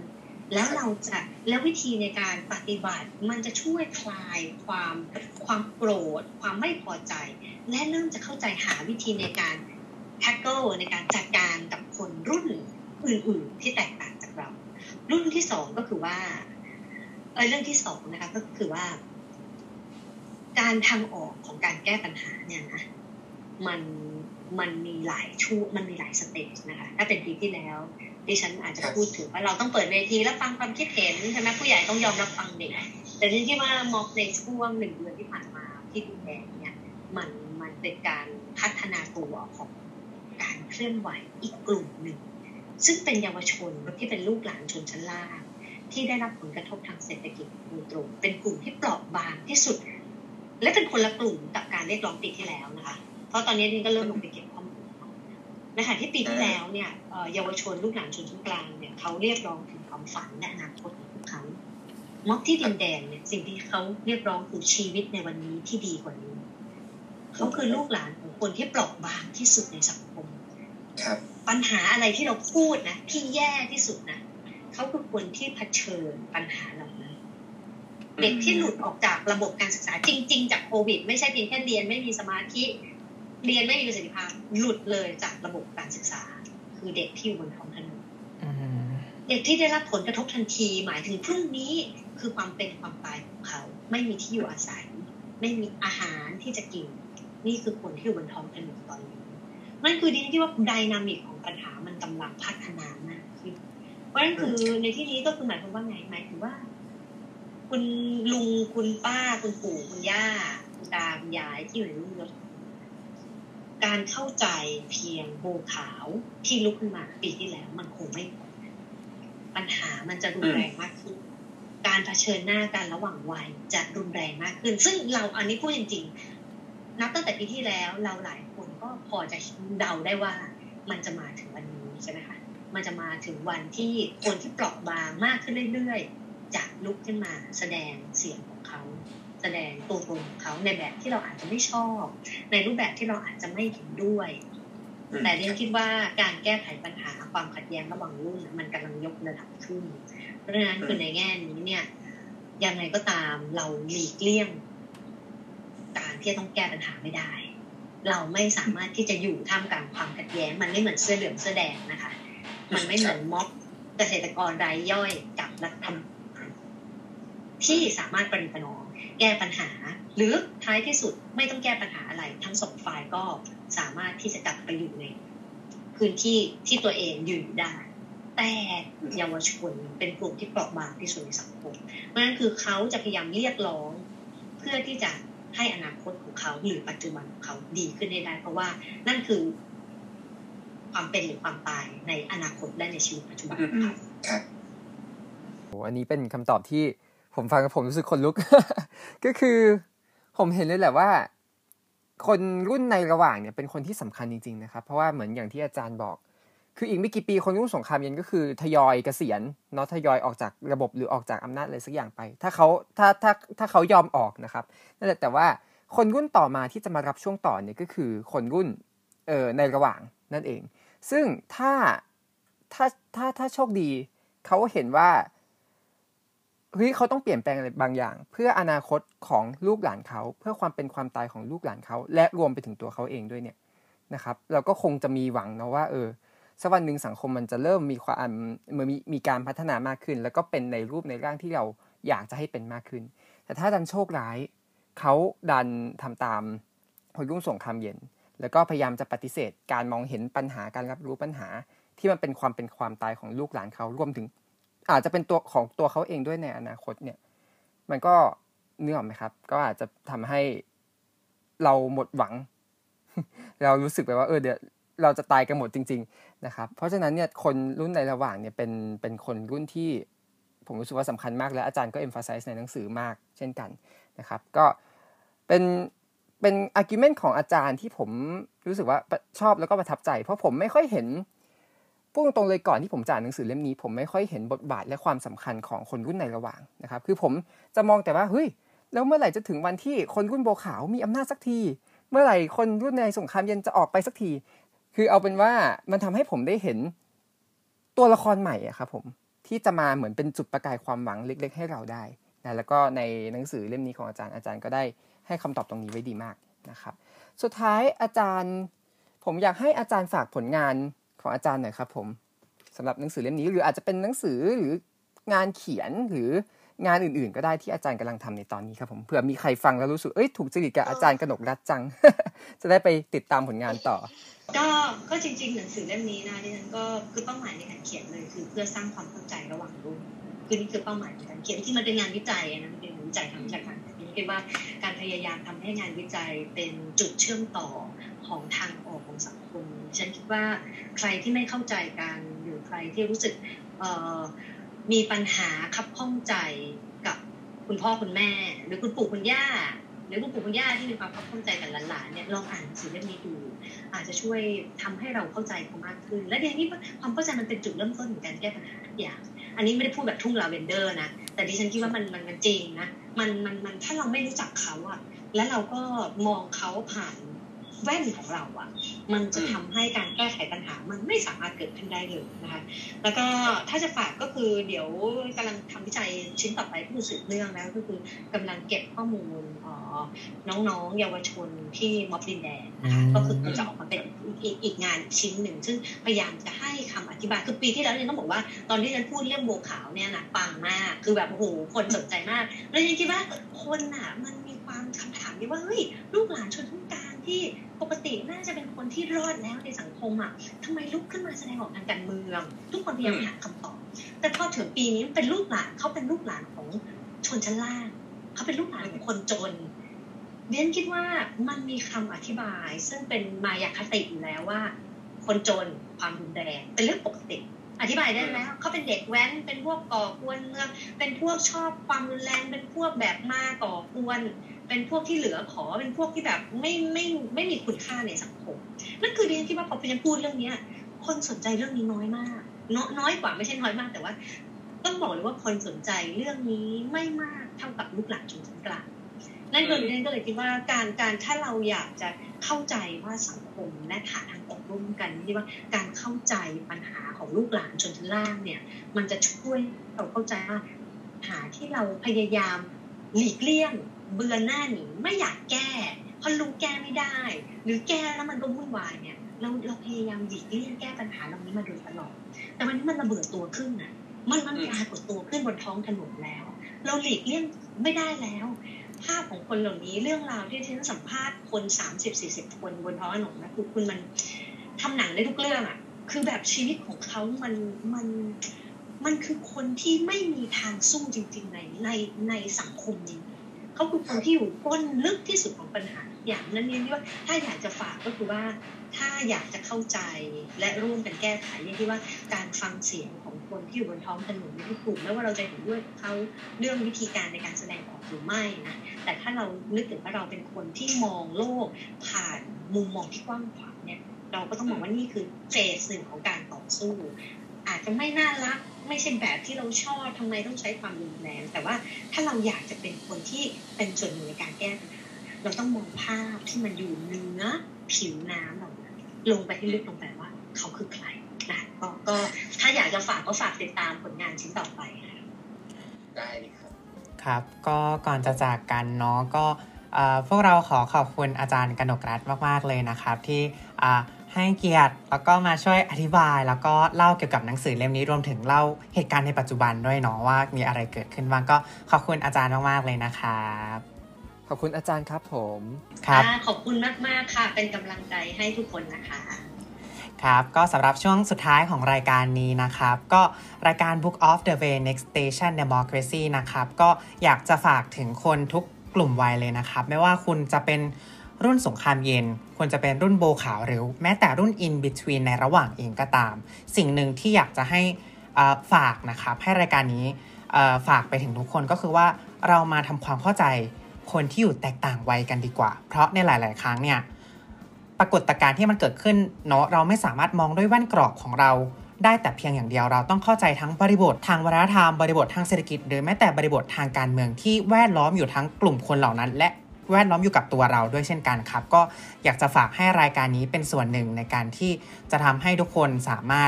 แล้ววิธีในการปฏิบัติมันจะช่วยคลายความโกรธความไม่พอใจและเริ่มจะเข้าใจหาวิธีในการแท็กเกิลในการจัดการกับคนรุ่นอื่นๆที่แตกต่างจากเรารุ่นที่สองก็คือว่าเรื่องที่สองนะคะก็คือว่าการทางออกของการแก้ปัญหาเนี่ยนะมันมีหลายมันมีหลายสเตจนะคะถ้าเป็นปีที่แล้วดิฉันอาจจะพูดถึงว่าเราต้องเปิดเวทีแล้วฟังความคิดเห็นใช่ไหมผู้ใหญ่ต้องยอมรับฟังเด็กแต่ที่ที่ว่าม็อบในช่วง1 เดือนที่ผ่านมาที่ดินแดงเนี่ยมันเป็นการพัฒนาตัวของการเคลื่อนไหวอีกกลุ่มหนึ่งซึ่งเป็นเยาวชนที่เป็นลูกหลานชนชั้นล่างที่ได้รับผลกระทบทางเศรษฐกิจโดยตรงเป็นกลุ่มที่เปราะบางที่สุดและเป็นคนละกลุ่มกับการเรียกร้องปีที่แล้วนะคะเพราะตอนนี้นี่ก็เริ่มลงไปเก็บข้อมูลนะคะที่ปีที่แล้วเนี่ยเยาวชนลูกหลานชนชั้นกลางเนี่ยเขาเรียกร้องถึงความฝันและอนาคตของพวกเขาม็อบที่ดินแดงเนี่ยสิ่งที่เขาเรียกร้องคือชีวิตในวันนี้ที่ดีกว่านี้เขาคือลูกหลานของคนที่เปราะบางที่สุดในสังคมปัญหาอะไรที่เราพูดนะที่แย่ที่สุดนะเขาคือคนที่เผชิญปัญหาเหล่านั้นเด็กที่หลุดออกจากระบบการศึกษาจริงๆจากโควิดไม่ใช่เพียงแค่เรียนไม่มีสมาธิเรียนไม่มีประสิทธิภาพหลุดเลยจากระบบการศึกษาคือเด็กที่อยู่บนท้องถนนเด็กที่ได้รับผลกระทบทันทีหมายถึงพรุ่งนี้คือความเป็นความตายของเขาไม่มีที่อยู่อาศัยไม่มีอาหารที่จะกินนี่คือคนที่อยู่บนท้องถนนตอนนี้นั่นคือดิฉันคิดว่าไดนามิกของปัญหามันกำลังพัฒนามากขึ้นเพราะฉะนั้นคือในที่นี้ก็คือหมายความว่าไงหมายถึงว่าคุณลุงคุณป้าคุณปู่คุณย่าคุณตาคุณยายที่อยู่ในรุ่นเราการเข้าใจเพียงโบขาวที่ลุกขึ้นมาปีที่แล้วมันคงไม่พอปัญหามันจะรุนแรงมากขึ้นการเผชิญหน้ากันระหว่างวัยจะรุนแรงมากขึ้นซึ่งเราอันนี้พูดจริงๆนับตั้งแต่ปีที่แล้วเราหลายคนก็พอจะเดาได้ว่ามันจะมาถึงวันนี้ใช่ไหมคะมันจะมาถึงวันที่คนที่เปราะบางมากขึ้นเรื่อยๆจะลุกขึ้นมาแสดงเสียงของเขาแสดงตัวตนของเขาในแบบที่เราอาจจะไม่ชอบในรูปแบบที่เราอาจจะไม่เห็นด้วยแต่เรียนคิดว่าการแก้ไขปัญหาความขัดแย้งระหว่างรุ่นมันกำลังยกระดับขึ้นเพราะฉะนั้นคือในแง่นี้เนี่ยยังไงก็ตามเราหลีกเลี่ยงการที่จะต้องแก้ปัญหาไม่ได้เราไม่สามารถที่จะอยู่ท่ามกลางความขัดแย้งมันไม่เหมือนเสื้อเหลืองเสื้อแดงนะคะมันไม่เหมือนม็อบเกษตรกรรายย่อยกับรัฐธรรมที่สามารถประนีประนอมแก้ปัญหาหรือท้ายที่สุดไม่ต้องแก้ปัญหาอะไรทั้งสองฝ่ายก็สามารถที่จะกลับไปอยู่ในพื้นที่ที่ตัวเองอยู่ได้แต่เยาวชนเป็นกลุ่มที่เปราะบางที่สุดในสังคมเพราะฉะนั้นคือเขาจะพยายามเรียกร้องเพื่อที่จะให้อนาคตของเขาหรือปัจจุบันของเขาดีขึ้นได้เพราะว่านั่นคือความเป็นหรือความตายในอนาคตและในชีวิตปัจจุบันครับโอ้อันนี้เป็นคำตอบที่ผมฟังแล้วผมรู้สึกขนลุก ก็คือผมเห็นเลยแหละว่าคนรุ่นในระหว่างเนี่ยเป็นคนที่สำคัญจริงๆนะครับเพราะว่าเหมือนอย่างที่อาจารย์บอกคืออีกไม่กี่ปีคนรุ่นสงครามเย็นก็คือทยอยเกษียณเนาะทยอยออกจากระบบหรือออกจากอำนาจอะไรสักอย่างไปถ้าเขายอมออกนะครับนั่นแหละแต่ว่าคนรุ่นต่อมาที่จะมารับช่วงต่อเนี่ยก็คือคนรุ่นในระหว่างนั่นเองซึ่งถ้าโชคดีเขาเห็นว่าเฮ้ยเขาต้องเปลี่ยนแปลงอะไรบางอย่างเพื่ออนาคตของลูกหลานเขาเพื่อความเป็นความตายของลูกหลานเขาและรวมไปถึงตัวเขาเองด้วยเนี่ยนะครับเราก็คงจะมีหวังนะว่าสักวันหนึ่งสังคมมันจะเริ่มมีความมีการพัฒนามากขึ้นแล้วก็เป็นในรูปในร่างที่เราอยากจะให้เป็นมากขึ้นแต่ถ้าดันโชคร้ายเขาดันทำตามคนรุ่นสงครามเย็นแล้วก็พยายามจะปฏิเสธการมองเห็นปัญหาการรับรู้ปัญหาที่มันเป็นความตายของลูกหลานเขารวมถึงอาจจะเป็นตัวของตัวเขาเองด้วยในอนาคตเนี่ยมันก็นึกออกไหมครับก็อาจจะทำให้เราหมดหวัง เรารู้สึกไปว่าเดี๋ยวเราจะตายกันหมดจริงๆนะครับเพราะฉะนั้นเนี่ยคนรุ่นในระหว่างเนี่ยเป็นคนรุ่นที่ผมรู้สึกว่าสำคัญมากและอาจารย์ก็ emphasize ในหนังสือมากเช่นกันนะครับก็เป็น argument ของอาจารย์ที่ผมรู้สึกว่าชอบแล้วก็ประทับใจเพราะผมไม่ค่อยเห็นพูดตรงๆเลยก่อนที่ผมจะอ่านหนังสือเล่มนี้ผมไม่ค่อยเห็นบทบาทและความสำคัญของคนรุ่นในระหว่างนะครับคือผมจะมองแต่ว่าเฮ้ยแล้วเมื่อไหร่จะถึงวันที่คนรุ่นโบวขาวมีอำนาจสักทีเมื่อไหร่คนรุ่นในสงครามเย็นจะออกไปสักทีคือเอาเป็นว่ามันทำให้ผมได้เห็นตัวละครใหม่อะครับผมทที่จะมาเหมือนเป็นจุดประกายความหวังเล็กๆให้เราได้นะแล้วก็ในหนังสือเล่มนี้ของอาจารย์ก็ได้ให้คำตอบตรงนี้ไว้ดีมากนะครับสุดท้ายอาจารย์ผมอยากให้อาจารย์ฝากผลงานของอาจารย์หน่อยครับผมสำหรับหนังสือเล่มนี้หรืออาจจะเป็นหนังสือหรืองานเขียนหรืองานอื่นๆก็ได้ที่อาจารย์กำลังทำในตอนนี้ครับผมเผื่อมีใครฟังแล้วรู้สึกถูกจริตกับอาจารย์กนกรัตน์จัง จะได้ไปติดตามผลงานต่อก็จริงๆหนังสือเล่มนี้นะดิฉันก็คือเป้าหมายในการเขียนเลยคือเพื่อสร้างความเข้าใจระหว่างรุ่นคือนี่คือเป้าหมายในการเขียนที่มันเป็นงานวิจัยนะมันเป็นงานวิจัยทางวิชาการนี่คิดว่าการพยายามทำให้งานวิจัยเป็นจุดเชื่อมต่อของทางออกของสังคมฉันคิดว่าใครที่ไม่เข้าใจกันหรือใครที่รู้สึกมีปัญหาคับข้องใจกับคุณพ่อคุณแม่หรือคุณปู่คุณย่าหรือคุณปู่คุณย่าที่มีความคับข้องใจกับหลานๆเนี่ยลองอ่านหนังสือเล่มนี้ดูอาจจะช่วยทำให้เราเข้าใจเขามากขึ้นและเดี๋ยวนี้ความเข้าใจมันเป็นจุดเริ่มต้นของการแก้ปัญหาทุกอย่างอันนี้ไม่ได้พูดแบบทุ่งลาเวนเดอร์นะแต่ดิฉันคิดว่ามันจริงนะมันถ้าเราไม่รู้จักเขาอะแล้วเราก็มองเขาผ่านแว่นของเราอะมันจะทำให้การแก้ไขปัญหามันไม่สามารถเกิดขึ้นได้เลยนะคะแล้วก็ถ้าจะฝากก็คือเดี๋ยวกำลังทำวิจัยชิ้นต่อไปที่สืบเนื่องแล้วก็คือกำลังเก็บข้อมูลน้องๆเยาวชนที่ม็อบดินแดงก็คือจะออกมาเป็นอีกงานชิ้นหนึ่งซึ่งพยายามจะให้คำอธิบายคือปีที่แล้วเนี่ยต้องบอกว่าตอนที่ฉันพูดเรื่องโบขาวเนี่ยนะปังมากคือแบบโอ้โหคนสนใจมากแล้วยังคิดว่าคนอ่ะมันมีความคำถามที่ว่าเฮ้ยลูกหลานชนชั้นกลางที่ปกติน่าจะเป็นคนที่รอดแล้วในสังคมอ่ะทำไมลุกขึ้นมาแสดงออกทางการเมืองทุกคนพยายามหาคำตอบแต่พอถึงปีนี้เป็นลูกหลานเขาเป็นลูกหลานของชนชั้นล่างเขาเป็นลูกหลานของคนจนเรียนคิดว่ามันมีคำอธิบายซึ่งเป็นมายาคติอยู่แล้วว่าคนจนความรุนแรงเป็นเรื่องปกติอธิบายได้แล้วเขาเป็นเด็กแว้นเป็นพวกก่อกวนเมืองเป็นพวกชอบความรุนแรงเป็นพวกแบบมาก่อกวนเป็นพวกที่เหลือขอเป็นพวกที่แบบไม่มีคุณค่าในสังคมนั่นคือเรียนคิดว่าพอพี่พูดเรื่องนี้คนสนใจเรื่องนี้น้อยมากน้อยกว่าไม่ใช่น้อยมากแต่ว่าต้องบอกเลยว่าคนสนใจเรื่องนี้ไม่มากเท่ากับลูกหลานชนชั้นกลางนั่นก็เลยคิดว่าการถ้าเราอยากจะเข้าใจว่าสังคมและหาทางออกร่วมกันที่ว่าการเข้าใจปัญหาของลูกหลานชนชั้นล่างเนี่ยมันจะช่วยเราเข้าใจว่าปัญหาที่เราพยายามหลีกเลี่ยงเบือนหน้าหนีไม่อยากแก้เพราะรู้แก้ไม่ได้หรือแก้แล้วมันก็วุ่นวายเนี่ยเราพยายามหลีกเลี่ยงแก้ปัญหาเหล่านี้มาโดยตลอดแต่วันนี้มันระเบิดตัวขึ้นนะมันปรากฏตัวขึ้นบนท้องถนนแล้วเราหลีกเลี่ยงไม่ได้แล้วภาพของคนเหล่านี้เรื่องราวที่ฉันสัมภาษณ์คน 30-40 คนบนท้องถนนนะคุณมันทำหนังได้ทุกเรื่องอ่ะคือแบบชีวิตของเขามันคือคนที่ไม่มีทางสู้จริงๆในสังคมนี้เขาคือคนที่อยู่ก้นลึกที่สุดของปัญหาอย่างนั้นเนี่ยที่ว่าถ้าอยากจะฝากก็คือว่าถ้าอยากจะเข้าใจและร่วมกันแก้ไขเนี่ยที่ว่าการฟังเสียงของคนที่อยู่บนท้องถนนที่ถูกไม่ว่าเราจะเห็นด้วยเขาเรื่องวิธีการในการแสดงออกหรือไม่นะแต่ถ้าเรานึกถึงว่าเราเป็นคนที่มองโลกผ่านมุมมองที่กว้างขวางเนี่ยเราก็ต้องมองว่านี่คือเฟสหนึ่งของการต่อสู้อาจจะไม่น่ารักไม่ใช่แบบที่เราชอบทำไมต้องใช้ความรุนแรงแต่ว่าถ้าเราอยากจะเป็นคนที่เป็นส่วนหนึ่งในการแก้ปัญหาเราต้องมองภาพที่มันอยู่เหนือผิวน้ำเราลงไปให้ลึกลงไปว่าเขาคือใครนะก็ถ้าอยากจะฝากก็ฝากติดตามผลงานชิ้นต่อไปค่ะได้เลยครับครับก็ก่อนจะจากกันเนาะก็พวกเราขอบคุณอาจารย์กนกรัตน์มากๆเลยนะครับที่ให้เกียรติแล้วก็มาช่วยอธิบายแล้วก็เล่าเกี่ยวกับหนังสือเล่มนี้รวมถึงเล่าเหตุการณ์ในปัจจุบันด้วยเนาะว่ามีอะไรเกิดขึ้นบ้างก็ขอบคุณอาจารย์มากๆเลยนะครับขอบคุณอาจารย์ครับผมครับขอบคุณมากๆค่ะเป็นกำลังใจให้ทุกคนนะคะครับก็สำหรับช่วงสุดท้ายของรายการนี้นะครับก็รายการ Book of the Way Next Station Democracy นะครับก็อยากจะฝากถึงคนทุกกลุ่มวัยเลยนะครับไม่ว่าคุณจะเป็นรุ่นสงครามเย็นควรจะเป็นรุ่นโบขาวหรือแม้แต่รุ่น in between ในระหว่างเองก็ตามสิ่งหนึ่งที่อยากจะให้ฝากนะครับให้รายการนี้ฝากไปถึงทุกคนก็คือว่าเรามาทำความเข้าใจคนที่อยู่แตกต่างวัยกันดีกว่าเพราะในหลายๆครั้งเนี่ยปรากฏการณ์ที่มันเกิดขึ้นเนาะเราไม่สามารถมองด้วยแว่นกรอบของเราได้แต่เพียงอย่างเดียวเราต้องเข้าใจทั้งบริบททางวัฒนธรรมบริบททางเศรษฐกิจหรือแม้แต่บริบททางการเมืองที่แวดล้อมอยู่ทั้งกลุ่มคนเหล่านั้นและแวดล้อมอยู่กับตัวเราด้วยเช่นกันครับก็อยากจะฝากให้รายการนี้เป็นส่วนหนึ่งในการที่จะทำให้ทุกคนสามารถ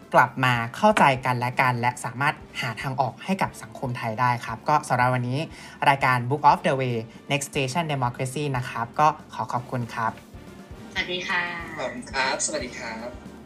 กลับมาเข้าใจกันและกันและสามารถหาทางออกให้กับสังคมไทยได้ครับก็สำหรับวันนี้รายการ Book of the Way Next Station Democracy นะครับก็ขอบคุณครับสวัสดีค่ะขอบคุณครับสวัสดีครับ